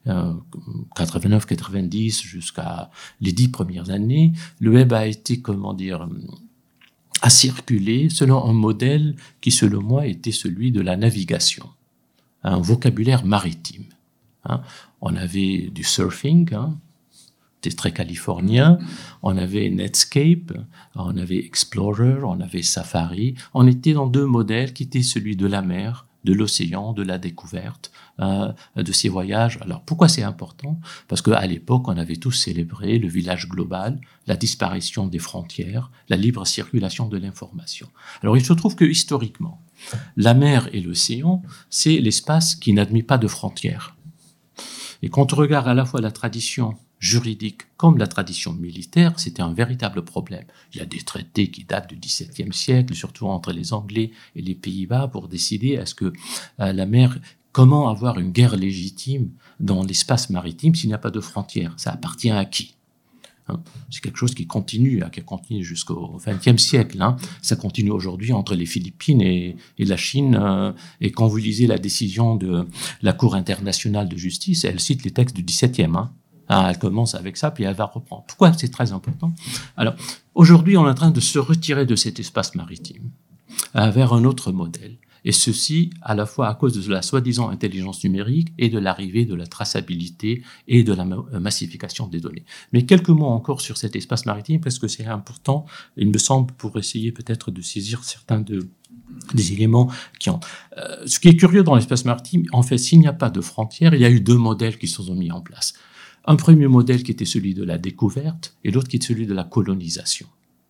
89-90 jusqu'à les 10 premières années, le web a été, a circulé selon un modèle qui, selon moi, était celui de la navigation, un vocabulaire maritime. On avait du surfing, c'était très californien, on avait Netscape, on avait Explorer, on avait Safari. On était dans 2 modèles qui étaient celui de la mer de l'océan, de la découverte, de ces voyages. Alors pourquoi c'est important? Parce qu'à l'époque, on avait tous célébré le village global, la disparition des frontières, la libre circulation de l'information. Alors il se trouve que historiquement, la mer et l'océan, c'est l'espace qui n'admet pas de frontières. Et quand on regarde à la fois la tradition juridique comme la tradition militaire, c'était un véritable problème. Il y a des traités qui datent du XVIIe siècle, surtout entre les Anglais et les Pays-Bas, pour décider est-ce que la mer, comment avoir une guerre légitime dans l'espace maritime s'il n'y a pas de frontières? Ça appartient à qui? C'est quelque chose qui a continué jusqu'au XXe siècle. Ça continue aujourd'hui entre les Philippines et la Chine. Et quand vous lisez la décision de la Cour internationale de justice, elle cite les textes du XVIIe. Elle commence avec ça, puis elle va reprendre. Pourquoi c'est très important? Alors, aujourd'hui, on est en train de se retirer de cet espace maritime vers un autre modèle. Et ceci, à la fois à cause de la soi-disant intelligence numérique et de l'arrivée de la traçabilité et de la massification des données. Mais quelques mots encore sur cet espace maritime, parce que c'est important, il me semble, pour essayer peut-être de saisir certains des éléments qui ont... ce qui est curieux dans l'espace maritime, en fait, s'il n'y a pas de frontières, il y a eu deux modèles qui se sont mis en place. Un premier modèle qui était celui de la découverte et l'autre qui est celui de la colonisation.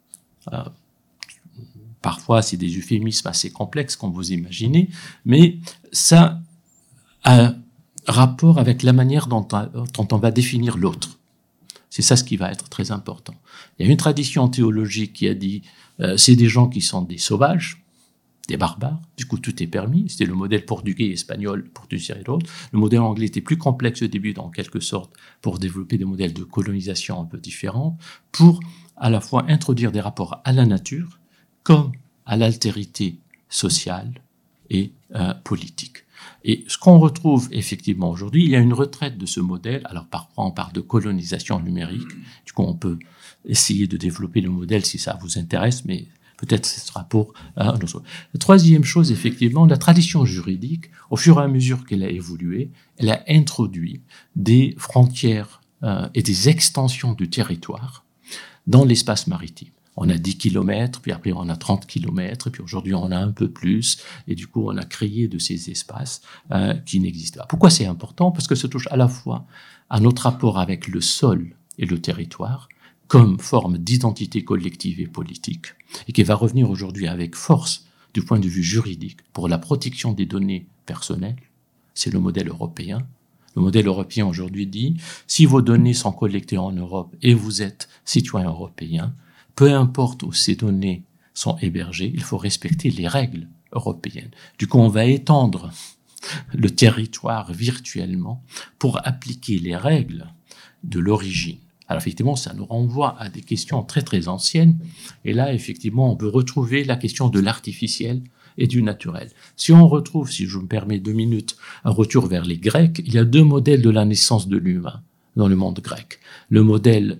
Parfois, c'est des euphémismes assez complexes, comme vous imaginez, mais ça a rapport avec la manière dont on va définir l'autre. C'est ça ce qui va être très important. Il y a une tradition théologique qui a dit c'est des gens qui sont des sauvages, des barbares, du coup tout est permis. C'était le modèle portugais et espagnol pour dire et l'autre. Le modèle anglais était plus complexe au début, en quelque sorte, pour développer des modèles de colonisation un peu différents, pour à la fois introduire des rapports à la nature, comme à l'altérité sociale et politique. Et ce qu'on retrouve effectivement aujourd'hui, il y a une retraite de ce modèle. Alors parfois on parle de colonisation numérique, du coup on peut essayer de développer le modèle si ça vous intéresse, mais peut-être ce sera pour un autre. La troisième chose, effectivement, la tradition juridique, au fur et à mesure qu'elle a évolué, elle a introduit des frontières et des extensions du territoire dans l'espace maritime. On a 10 kilomètres, puis après on a 30 kilomètres, puis aujourd'hui on a un peu plus, et du coup on a créé de ces espaces qui n'existent pas. Pourquoi c'est important? Parce que ça touche à la fois à notre rapport avec le sol et le territoire, comme forme d'identité collective et politique, et qui va revenir aujourd'hui avec force du point de vue juridique pour la protection des données personnelles. C'est le modèle européen. Le modèle européen aujourd'hui dit, si vos données sont collectées en Europe et vous êtes citoyen européen, peu importe où ces données sont hébergées, il faut respecter les règles européennes. Du coup, on va étendre le territoire virtuellement pour appliquer les règles de l'origine. Alors effectivement, ça nous renvoie à des questions très très anciennes. Et là, effectivement, on peut retrouver la question de l'artificiel et du naturel. Si on retrouve, si je me permets 2 minutes, un retour vers les Grecs, il y a 2 modèles de la naissance de l'humain dans le monde grec. Le modèle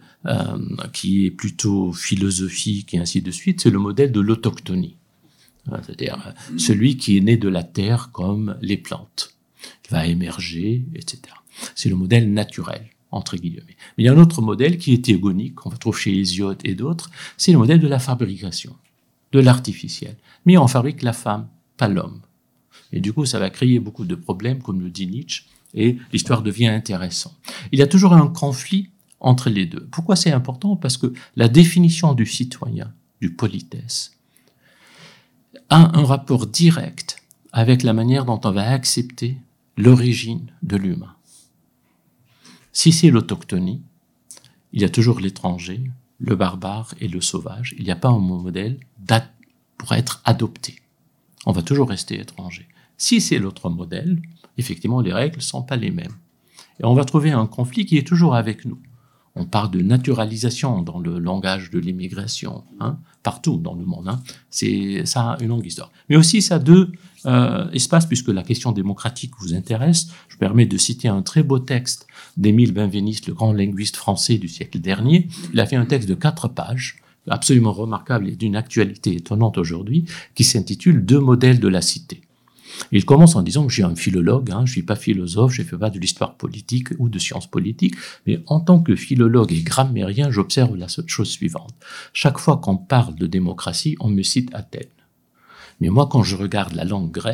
qui est plutôt philosophique et ainsi de suite, c'est le modèle de l'autochtonie. C'est-à-dire celui qui est né de la terre comme les plantes, qui va émerger, etc. C'est le modèle naturel, entre guillemets. Mais il y a un autre modèle qui est théogonique, qu'on retrouve chez Hésiode et d'autres, c'est le modèle de la fabrication, de l'artificiel. Mais on fabrique la femme, pas l'homme. Et du coup, ça va créer beaucoup de problèmes, comme le dit Nietzsche, et l'histoire devient intéressante. Il y a toujours un conflit entre les deux. Pourquoi c'est important? Parce que la définition du citoyen, du politesse, a un rapport direct avec la manière dont on va accepter l'origine de l'humain. Si c'est l'autochtonie, il y a toujours l'étranger, le barbare et le sauvage. Il n'y a pas un modèle pour être adopté. On va toujours rester étranger. Si c'est l'autre modèle, effectivement, les règles ne sont pas les mêmes. Et on va trouver un conflit qui est toujours avec nous. On parle de naturalisation dans le langage de l'immigration, partout dans le monde. Ça a une longue histoire. Mais aussi, ça a 2 espaces, puisque la question démocratique vous intéresse. Je permets de citer un très beau texte d'Émile Benveniste, le grand linguiste français du siècle dernier. Il a fait un texte de 4 pages, absolument remarquable et d'une actualité étonnante aujourd'hui, qui s'intitule « 2 modèles de la cité ». Il commence en disant que je suis un philologue, je ne suis pas philosophe, je ne fais pas de l'histoire politique ou de sciences politiques, mais en tant que philologue et grammairien, j'observe la chose suivante. Chaque fois qu'on parle de démocratie, on me cite Athènes. Mais moi, quand je regarde la langue grecque,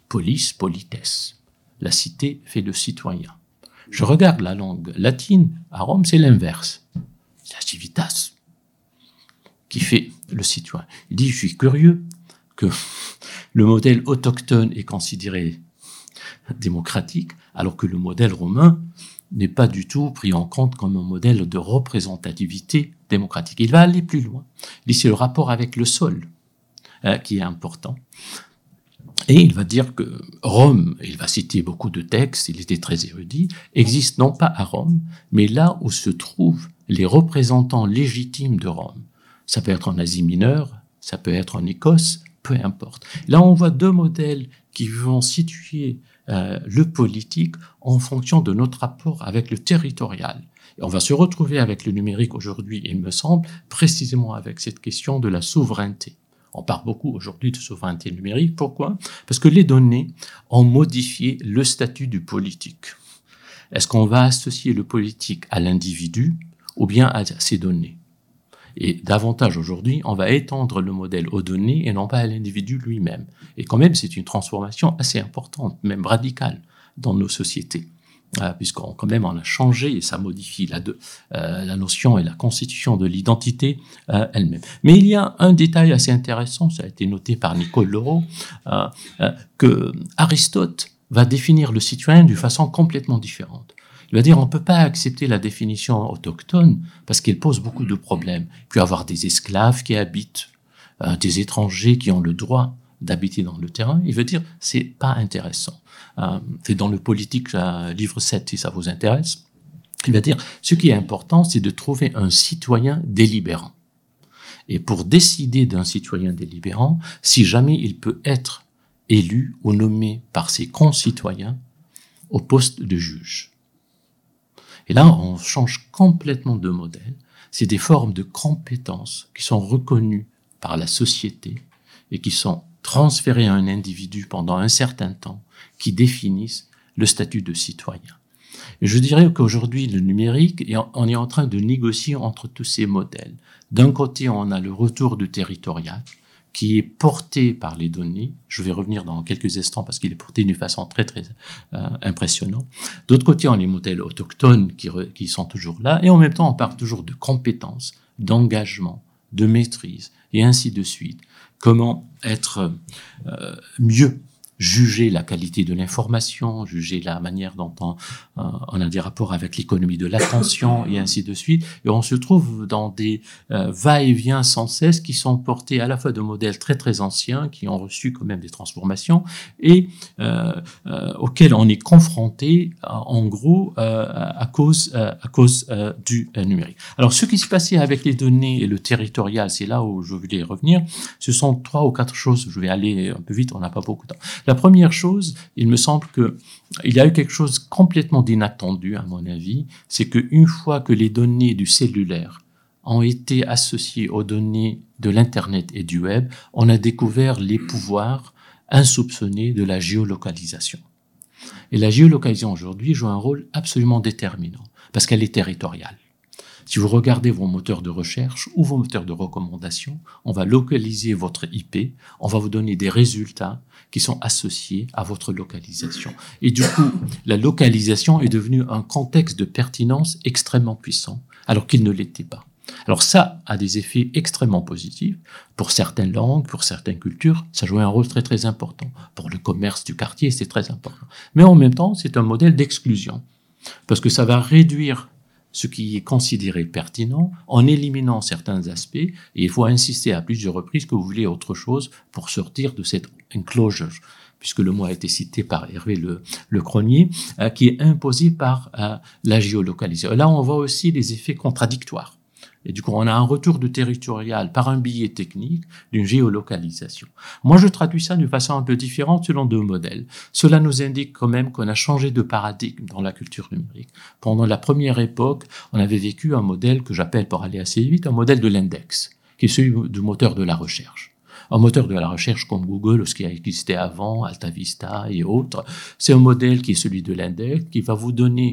Polis, politesse. La cité fait le citoyen. Je regarde la langue latine, à Rome, c'est l'inverse. C'est la civitas qui fait le citoyen. Il dit, je suis curieux que le modèle autochtone est considéré démocratique, alors que le modèle romain n'est pas du tout pris en compte comme un modèle de représentativité démocratique. Il va aller plus loin. Il dit, c'est le rapport avec le sol qui est important. Et il va dire que Rome, il va citer beaucoup de textes, il était très érudit, existe non pas à Rome, mais là où se trouvent les représentants légitimes de Rome. Ça peut être en Asie mineure, ça peut être en Écosse, peu importe. Là, on voit deux modèles qui vont situer le politique en fonction de notre rapport avec le territorial. Et on va se retrouver avec le numérique aujourd'hui, il me semble, précisément avec cette question de la souveraineté. On parle beaucoup aujourd'hui de souveraineté numérique. Pourquoi ? Parce que les données ont modifié le statut du politique. Est-ce qu'on va associer le politique à l'individu ou bien à ses données ? Et davantage aujourd'hui, on va étendre le modèle aux données et non pas à l'individu lui-même. Et quand même, c'est une transformation assez importante, même radicale, dans nos sociétés. Puisqu'on quand même on a changé et ça modifie la notion et la constitution de l'identité elle-même. Mais il y a un détail assez intéressant, ça a été noté par Nicole Leroux, que Aristote va définir le citoyen d'une façon complètement différente. Il va dire on ne peut pas accepter la définition autochtone parce qu'elle pose beaucoup de problèmes. Il peut y avoir des esclaves qui habitent, des étrangers qui ont le droit d'habiter dans le terrain. Il veut dire c'est pas intéressant. C'est dans le politique, livre 7, si ça vous intéresse. Il va dire ce qui est important, c'est de trouver un citoyen délibérant. Et pour décider d'un citoyen délibérant, si jamais il peut être élu ou nommé par ses concitoyens au poste de juge. Et là, on change complètement de modèle. C'est des formes de compétences qui sont reconnues par la société et qui sont transférées à un individu pendant un certain temps, qui définissent le statut de citoyen. Et je dirais qu'aujourd'hui, le numérique, on est en train de négocier entre tous ces modèles. D'un côté, on a le retour du territorial, qui est porté par les données. Je vais revenir dans quelques instants parce qu'il est porté d'une façon très impressionnante. D'autre côté, on a les modèles autochtones qui sont toujours là. Et en même temps, on parle toujours de compétences, d'engagement, de maîtrise, et ainsi de suite. Comment être mieux juger la qualité de l'information, juger la manière dont on a des rapports avec l'économie de l'attention et ainsi de suite. Et on se trouve dans des va-et-vient sans cesse qui sont portés à la fois de modèles très très anciens qui ont reçu quand même des transformations et auxquels on est confronté en gros à cause du numérique. Alors ce qui se passait avec les données et le territorial, c'est là où je voulais revenir. Ce sont 3 ou 4 choses. Je vais aller un peu vite, on n'a pas beaucoup de temps. La première chose, il me semble qu'il y a eu quelque chose complètement d'inattendu, à mon avis, c'est qu'une fois que les données du cellulaire ont été associées aux données de l'Internet et du Web, on a découvert les pouvoirs insoupçonnés de la géolocalisation. Et la géolocalisation aujourd'hui joue un rôle absolument déterminant, parce qu'elle est territoriale. Si vous regardez vos moteurs de recherche ou vos moteurs de recommandation, on va localiser votre IP, on va vous donner des résultats qui sont associés à votre localisation. Et du coup, la localisation est devenue un contexte de pertinence extrêmement puissant, alors qu'il ne l'était pas. Alors ça a des effets extrêmement positifs. Pour certaines langues, pour certaines cultures, ça joue un rôle très très important. Pour le commerce du quartier, c'est très important. Mais en même temps, c'est un modèle d'exclusion, parce que ça va réduire ce qui est considéré pertinent en éliminant certains aspects, et il faut insister à plusieurs reprises que vous voulez autre chose pour sortir de cette enclosure, puisque le mot a été cité par Hervé Le Cronier, qui est imposé par la géolocalisation. Là, on voit aussi les effets contradictoires. Et du coup, on a un retour du territorial par un biais technique d'une géolocalisation. Moi, je traduis ça d'une façon un peu différente selon 2 modèles. Cela nous indique quand même qu'on a changé de paradigme dans la culture numérique. Pendant la première époque, on avait vécu un modèle que j'appelle, pour aller assez vite, un modèle de l'index, qui est celui du moteur de la recherche. Un moteur de la recherche comme Google, ce qui a existé avant, AltaVista et autres, c'est un modèle qui est celui de l'index, qui va vous donner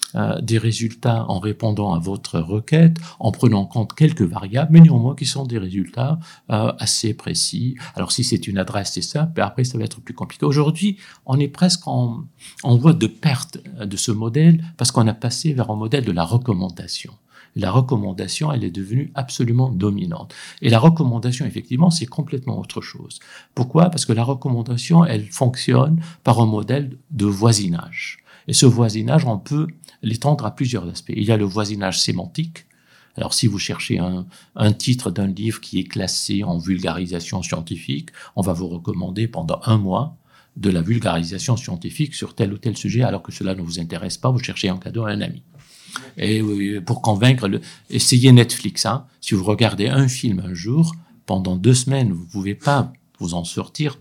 des résultats en répondant à votre requête, en prenant en compte quelques variables, mais néanmoins qui sont des résultats assez précis. Alors si c'est une adresse, c'est simple, mais après ça va être plus compliqué. Aujourd'hui, on est presque en voie de perte de ce modèle parce qu'on a passé vers un modèle de la recommandation. La recommandation, elle est devenue absolument dominante. Et la recommandation, effectivement, c'est complètement autre chose. Pourquoi ? Parce que la recommandation, elle fonctionne par un modèle de voisinage. Et ce voisinage, on peut l'étendre à plusieurs aspects. Il y a le voisinage sémantique. Alors, si vous cherchez un titre d'un livre qui est classé en vulgarisation scientifique, on va vous recommander pendant 1 mois de la vulgarisation scientifique sur tel ou tel sujet, alors que cela ne vous intéresse pas, vous cherchez un cadeau à un ami. Et pour convaincre, essayez Netflix. Si vous regardez un film un jour, pendant 2 semaines, vous ne pouvez pas vous en sortir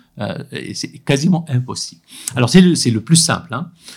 c'est quasiment impossible. Alors, c'est le plus simple.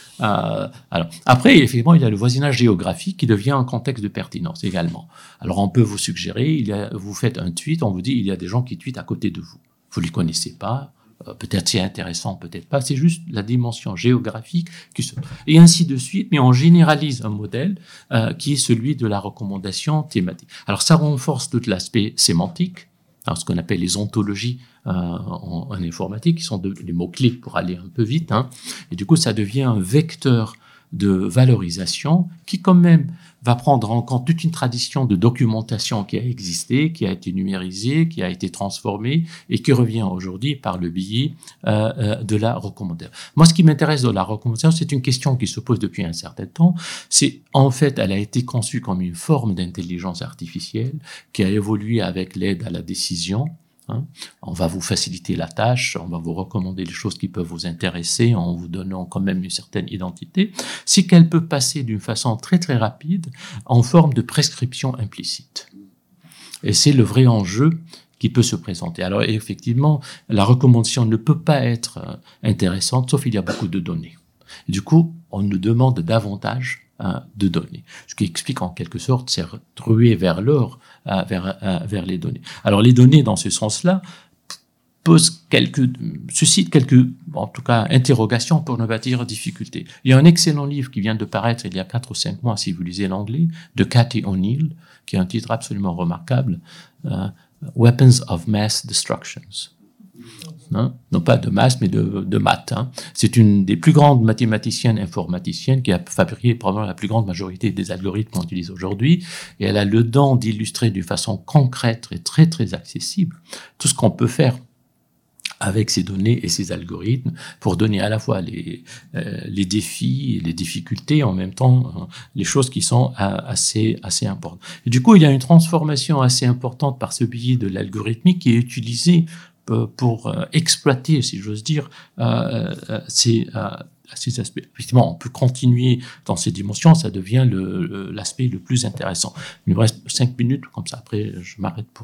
Alors, après, effectivement, il y a le voisinage géographique qui devient un contexte de pertinence également. Alors, on peut vous suggérer, vous faites un tweet, on vous dit, il y a des gens qui tweetent à côté de vous. Vous ne les connaissez pas. Peut-être c'est intéressant, peut-être pas. C'est juste la dimension géographique et ainsi de suite. Mais on généralise un modèle qui est celui de la recommandation thématique. Alors ça renforce tout l'aspect sémantique, ce qu'on appelle les ontologies en informatique, qui sont des mots-clés pour aller un peu vite. Et du coup, ça devient un vecteur de valorisation qui quand même va prendre en compte toute une tradition de documentation qui a existé, qui a été numérisée, qui a été transformée et qui revient aujourd'hui par le biais de la recommandation. Moi, ce qui m'intéresse dans la recommandation, c'est une question qui se pose depuis un certain temps. En fait, elle a été conçue comme une forme d'intelligence artificielle qui a évolué avec l'aide à la décision. On va vous faciliter la tâche, on va vous recommander les choses qui peuvent vous intéresser en vous donnant quand même une certaine identité, c'est qu'elle peut passer d'une façon très très rapide en forme de prescription implicite. Et c'est le vrai enjeu qui peut se présenter. Alors effectivement, la recommandation ne peut pas être intéressante, sauf qu'il y a beaucoup de données. Et du coup, on nous demande davantage de données. Ce qui explique en quelque sorte, c'est ruer vers l'or, vers les données. Alors les données, dans ce sens-là, suscitent quelques, en tout cas, interrogations pour ne pas dire difficultés. Il y a un excellent livre qui vient de paraître il y a 4 ou 5 mois, si vous lisez l'anglais, de Cathy O'Neill, qui est un titre absolument remarquable, Weapons of Mass Destructions. Non pas de masse, mais de maths. C'est une des plus grandes mathématiciennes informaticiennes qui a fabriqué probablement la plus grande majorité des algorithmes qu'on utilise aujourd'hui. Et elle a le don d'illustrer d'une façon concrète et très, très accessible tout ce qu'on peut faire avec ces données et ces algorithmes pour donner à la fois les défis et les difficultés, en même temps les choses qui sont assez importantes. Et du coup, il y a une transformation assez importante par ce biais de l'algorithmique qui est utilisé pour exploiter, si j'ose dire, ces aspects. Effectivement, on peut continuer dans ces dimensions, ça devient l'aspect le plus intéressant. Il nous reste 5 minutes, comme ça, après, je m'arrête pour...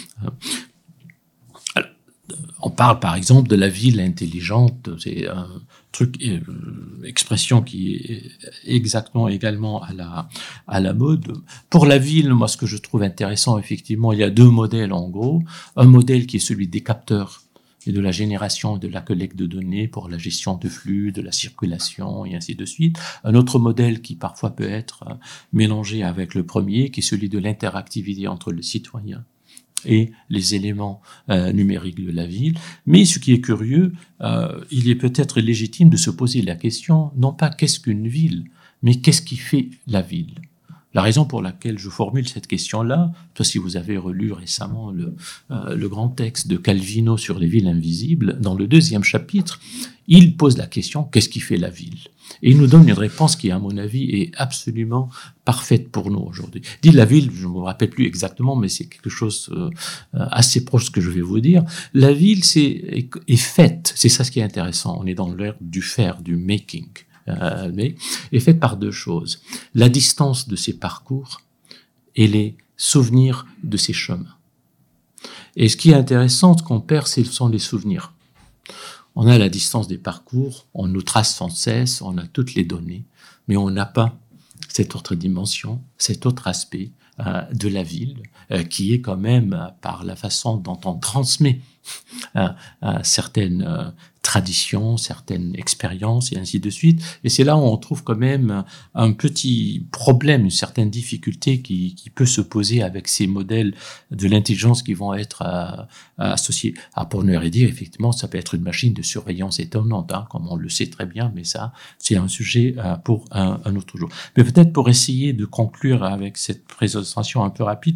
on parle, par exemple, de la ville intelligente, c'est un truc, expression qui est exactement également à la mode. Pour la ville, moi, ce que je trouve intéressant, effectivement, il y a 2 modèles, en gros. Un modèle qui est celui des capteurs et de la génération et de la collecte de données pour la gestion de flux, de la circulation, et ainsi de suite. Un autre modèle qui, parfois, peut être mélangé avec le premier, qui est celui de l'interactivité entre le citoyen et les éléments numériques de la ville. Mais ce qui est curieux, il est peut-être légitime de se poser la question, non pas qu'est-ce qu'une ville, mais qu'est-ce qui fait la ville ? La raison pour laquelle je formule cette question-là, toi si vous avez relu récemment le grand texte de Calvino sur les villes invisibles, dans le 2e chapitre, il pose la question, qu'est-ce qui fait la ville ? Et il nous donne une réponse qui, à mon avis, est absolument parfaite pour nous aujourd'hui. Dit la ville, je ne me rappelle plus exactement, mais c'est quelque chose assez proche de ce que je vais vous dire. La ville est faite, c'est ça ce qui est intéressant, on est dans l'ère du faire, du making, mais est faite par 2 choses. La distance de ses parcours et les souvenirs de ses chemins. Et ce qui est intéressant, ce qu'on perd, ce sont les souvenirs. On a la distance des parcours, on nous trace sans cesse, on a toutes les données, mais on n'a pas cette autre dimension, cet autre aspect de la ville, qui est quand même, par la façon dont on transmet certaines traditions, certaines expériences et ainsi de suite. Et c'est là où on trouve quand même un petit problème, une certaine difficulté qui peut se poser avec ces modèles de l'intelligence qui vont être associés. Pour ne rien dire, effectivement, ça peut être une machine de surveillance étonnante, comme on le sait très bien, mais ça, c'est un sujet pour un autre jour. Mais peut-être pour essayer de conclure avec cette présentation un peu rapide,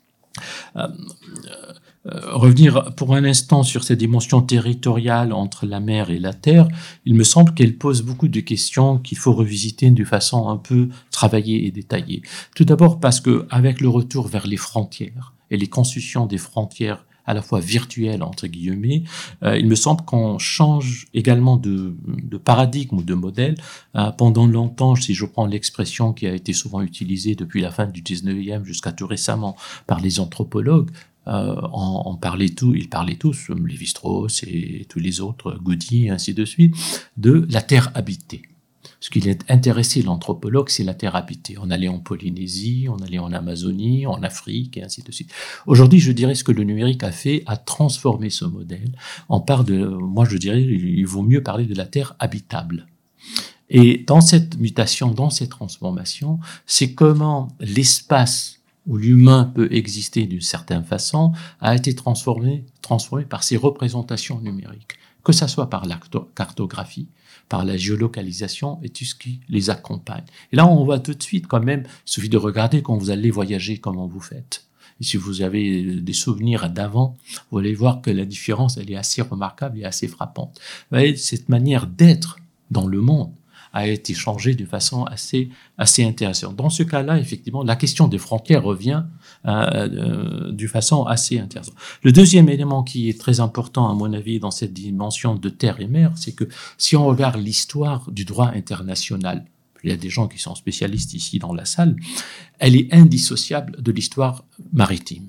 revenir pour un instant sur ces dimensions territoriales entre la mer et la terre, il me semble qu'elle pose beaucoup de questions qu'il faut revisiter de façon un peu travaillée et détaillée. Tout d'abord parce que avec le retour vers les frontières et les constructions des frontières à la fois virtuelles entre guillemets, il me semble qu'on change également de paradigme ou de modèle. Pendant longtemps, si je prends l'expression qui a été souvent utilisée depuis la fin du 19e jusqu'à tout récemment par les anthropologues, ils parlaient tous, Lévi-Strauss et tous les autres, Goody et ainsi de suite, de la terre habitée. Ce qui est intéressé l'anthropologue, c'est la terre habitée. On allait en Polynésie, on allait en Amazonie, en Afrique et ainsi de suite. Aujourd'hui, je dirais ce que le numérique a fait, a transformé ce modèle. Moi je dirais, il vaut mieux parler de la terre habitable. Et dans cette mutation, dans cette transformation, c'est comment l'espace où l'humain peut exister d'une certaine façon, a été transformé par ces représentations numériques, que ce soit par la cartographie, par la géolocalisation et tout ce qui les accompagne. Et là, on voit tout de suite quand même, il suffit de regarder quand vous allez voyager, comment vous faites. Et si vous avez des souvenirs d'avant, vous allez voir que la différence, elle est assez remarquable et assez frappante. Vous voyez, cette manière d'être dans le monde a été changé de façon assez intéressante. Dans ce cas-là, effectivement, la question des frontières revient de façon assez intéressante. Le deuxième élément qui est très important, à mon avis, dans cette dimension de terre et mer, c'est que si on regarde l'histoire du droit international, il y a des gens qui sont spécialistes ici dans la salle, elle est indissociable de l'histoire maritime.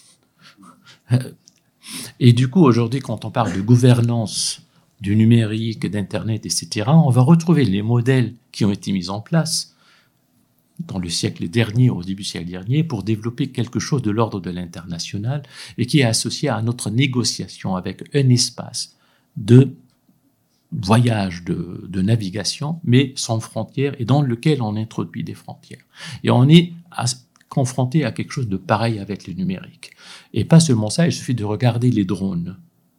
Et du coup, aujourd'hui, quand on parle de gouvernance du numérique, d'Internet, etc., on va retrouver les modèles qui ont été mis en place dans le siècle dernier, au début du siècle dernier, pour développer quelque chose de l'ordre de l'international et qui est associé à notre négociation avec un espace de voyage, de navigation, mais sans frontières et dans lequel on introduit des frontières. Et on est confronté à quelque chose de pareil avec le numérique. Et pas seulement ça, il suffit de regarder les drones.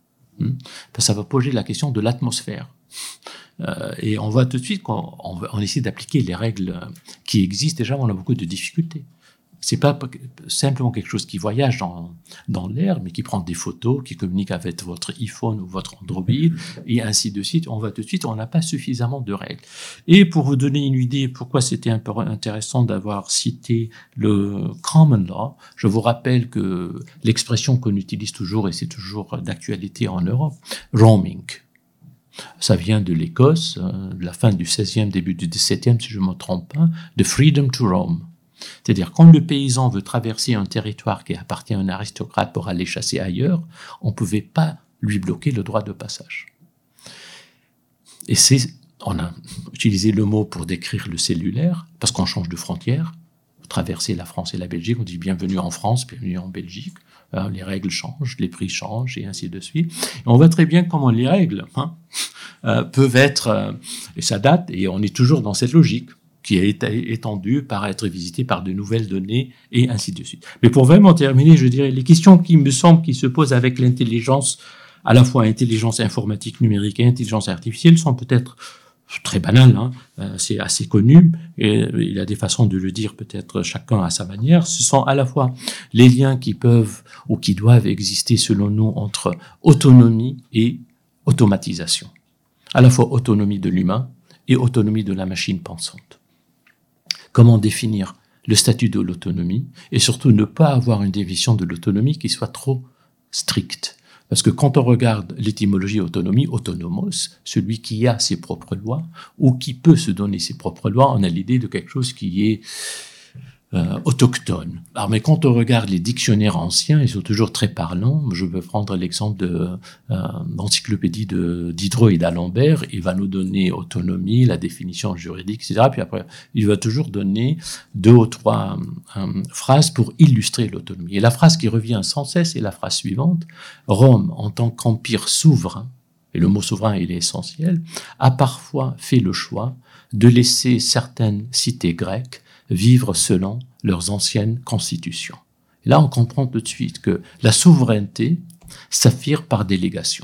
Ça va poser la question de l'atmosphère. Et on voit tout de suite qu'on essaie d'appliquer les règles qui existent. Déjà, on a beaucoup de difficultés. C'est pas simplement quelque chose qui voyage dans l'air, mais qui prend des photos, qui communique avec votre iPhone ou votre Android, et ainsi de suite. On voit tout de suite, on n'a pas suffisamment de règles. Et pour vous donner une idée pourquoi c'était un peu intéressant d'avoir cité le common law, je vous rappelle que l'expression qu'on utilise toujours, et c'est toujours d'actualité en Europe, roaming. Ça vient de l'Écosse, de la fin du 16e, début du 17e, si je ne me trompe pas, de freedom to roam. C'est-à-dire, quand le paysan veut traverser un territoire qui appartient à un aristocrate pour aller chasser ailleurs, on ne pouvait pas lui bloquer le droit de passage. Et on a utilisé le mot pour décrire le cellulaire, parce qu'on change de frontière. Vous traversez la France et la Belgique, on dit bienvenue en France, bienvenue en Belgique. Les règles changent, les prix changent, et ainsi de suite. Et on voit très bien comment les règles peuvent être, et ça date, et on est toujours dans cette logique qui est étendue par être visitée par de nouvelles données, et ainsi de suite. Mais pour vraiment terminer, je dirais, les questions qui me semblent qui se posent avec l'intelligence, à la fois intelligence informatique numérique et intelligence artificielle, sont peut-être très banales, c'est assez connu, et il y a des façons de le dire peut-être chacun à sa manière. Ce sont à la fois les liens qui peuvent ou qui doivent exister selon nous entre autonomie et automatisation. À la fois autonomie de l'humain et autonomie de la machine pensante. Comment définir le statut de l'autonomie et surtout ne pas avoir une définition de l'autonomie qui soit trop stricte. Parce que quand on regarde l'étymologie autonomie, autonomos, celui qui a ses propres lois ou qui peut se donner ses propres lois, on a l'idée de quelque chose qui est autochtone. Alors, mais quand on regarde les dictionnaires anciens, ils sont toujours très parlants. Je vais prendre l'exemple de l'encyclopédie de Diderot et d'Alembert. Il va nous donner autonomie, la définition juridique, etc. Puis après, il va toujours donner 2 ou 3 phrases pour illustrer l'autonomie. Et la phrase qui revient sans cesse est la phrase suivante. Rome, en tant qu'empire souverain, et le mot souverain il est essentiel, a parfois fait le choix de laisser certaines cités grecques vivre selon leurs anciennes constitutions. Et là, on comprend tout de suite que la souveraineté s'affirme par délégation.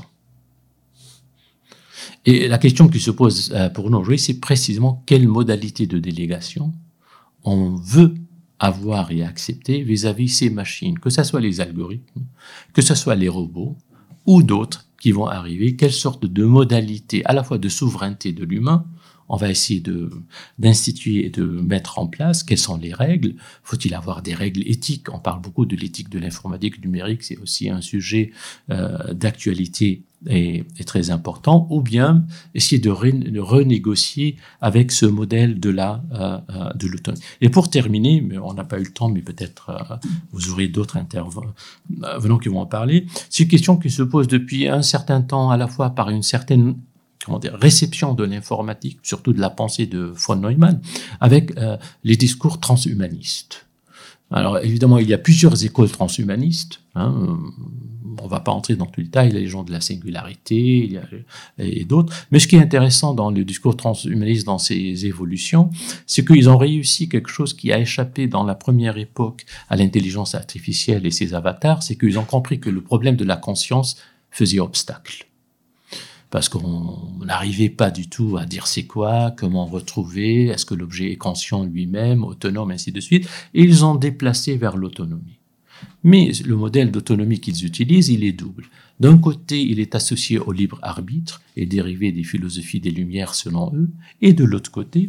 Et la question qui se pose pour nous aujourd'hui, c'est précisément quelle modalité de délégation on veut avoir et accepter vis-à-vis ces machines, que ce soit les algorithmes, que ce soit les robots ou d'autres qui vont arriver, quelle sorte de modalité à la fois de souveraineté de l'humain on va essayer d'instituer et de mettre en place. Quelles sont les règles? Faut-il avoir des règles éthiques? On parle beaucoup de l'éthique de l'informatique numérique, c'est aussi un sujet d'actualité et très important. Ou bien essayer de renégocier avec ce modèle de l'autonomie. Et pour terminer, mais on n'a pas eu le temps, mais peut-être vous aurez d'autres intervenants qui vont en parler. C'est une question qui se pose depuis un certain temps, à la fois par une certaine réception de l'informatique, surtout de la pensée de von Neumann, avec les discours transhumanistes. Alors évidemment, il y a plusieurs écoles transhumanistes. On ne va pas entrer dans tous les détails, il y a les gens de la singularité et d'autres. Mais ce qui est intéressant dans le discours transhumaniste, dans ces évolutions, c'est qu'ils ont réussi quelque chose qui a échappé dans la première époque à l'intelligence artificielle et ses avatars, c'est qu'ils ont compris que le problème de la conscience faisait obstacle. Parce qu'on n'arrivait pas du tout à dire c'est quoi, comment retrouver, est-ce que l'objet est conscient lui-même, autonome, ainsi de suite. Et ils ont déplacé vers l'autonomie. Mais le modèle d'autonomie qu'ils utilisent, il est double. D'un côté, il est associé au libre arbitre et dérivé des philosophies des Lumières selon eux. Et de l'autre côté,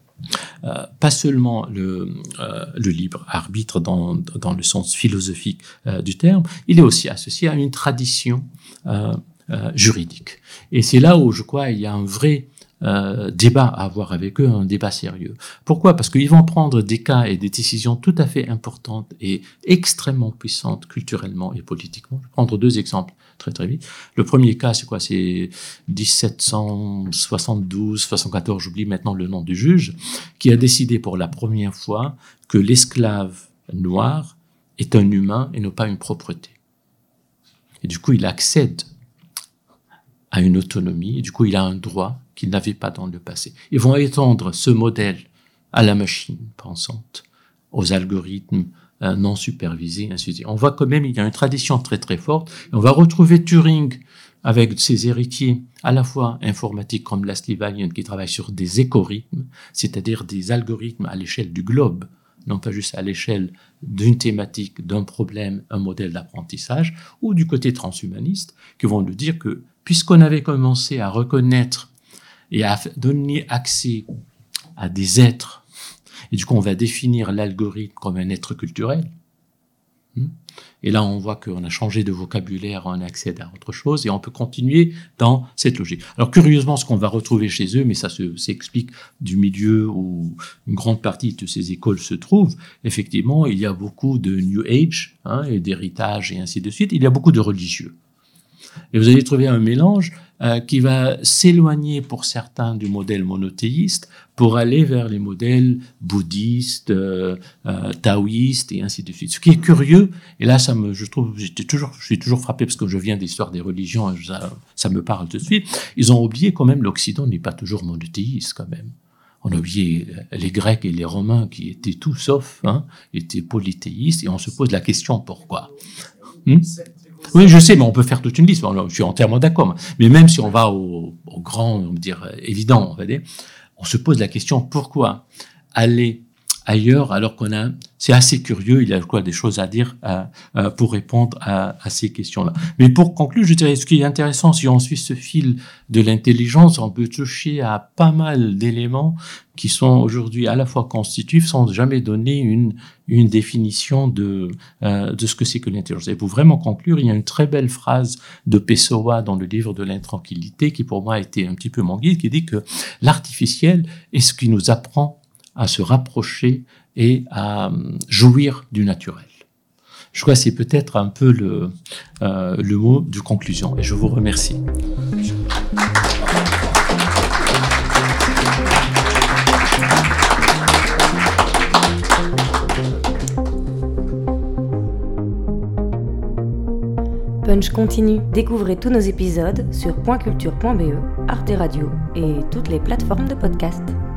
pas seulement le libre arbitre dans le sens philosophique du terme, il est aussi associé à une tradition juridique. Et c'est là où je crois il y a un vrai débat à avoir avec eux, un débat sérieux. Pourquoi? Parce qu'ils vont prendre des cas et des décisions tout à fait importantes et extrêmement puissantes culturellement et politiquement. Je vais prendre deux exemples très très vite. Le premier cas, c'est quoi? C'est 1772, 74, j'oublie maintenant le nom du juge, qui a décidé pour la première fois que l'esclave noir est un humain et non pas une propreté. Et du coup, il accède à une autonomie, et du coup, il a un droit qu'il n'avait pas dans le passé. Ils vont étendre ce modèle à la machine pensante, aux algorithmes non supervisés, ainsi de suite. On voit quand même, il y a une tradition très très forte, et on va retrouver Turing avec ses héritiers, à la fois informatiques comme Laszlo Valiant, qui travaille sur des écorhythmes, c'est-à-dire des algorithmes à l'échelle du globe, non pas juste à l'échelle d'une thématique, d'un problème, un modèle d'apprentissage, ou du côté transhumaniste, qui vont nous dire que puisqu'on avait commencé à reconnaître et à donner accès à des êtres, et du coup on va définir l'algorithme comme un être culturel, et là on voit qu'on a changé de vocabulaire, on accède à autre chose, et on peut continuer dans cette logique. Alors curieusement, ce qu'on va retrouver chez eux, mais ça s'explique du milieu où une grande partie de ces écoles se trouvent, effectivement il y a beaucoup de New Age, et d'héritage et ainsi de suite, il y a beaucoup de religieux. Et vous allez trouver un mélange qui va s'éloigner pour certains du modèle monothéiste pour aller vers les modèles bouddhistes, taoïstes et ainsi de suite. Ce qui est curieux, et là je suis toujours frappé parce que je viens d'histoire des religions, ça me parle tout de suite, ils ont oublié quand même l'Occident n'est pas toujours monothéiste quand même. On a oublié les Grecs et les Romains qui étaient tout sauf, étaient polythéistes, et on se pose la question pourquoi. Oui, je sais, mais on peut faire toute une liste. Je suis entièrement d'accord. Mais même si on va au grand, on va dire, évident, on se pose la question pourquoi aller ailleurs alors c'est assez curieux, il y a des choses à dire pour répondre à ces questions-là. Mais pour conclure, je dirais, ce qui est intéressant, si on suit ce fil de l'intelligence, on peut toucher à pas mal d'éléments qui sont aujourd'hui à la fois constitutifs sans jamais donner une définition de ce que c'est que l'intelligence. Et pour vraiment conclure, il y a une très belle phrase de Pessoa dans le livre de l'intranquillité qui pour moi a été un petit peu mon guide, qui dit que l'artificiel est ce qui nous apprend à se rapprocher et à jouir du naturel. Je crois que c'est peut-être un peu le mot de conclusion. Et je vous remercie. Bonne challenge continue. Découvrez tous nos épisodes sur pointculture.be, Arte Radio et toutes les plateformes de podcast.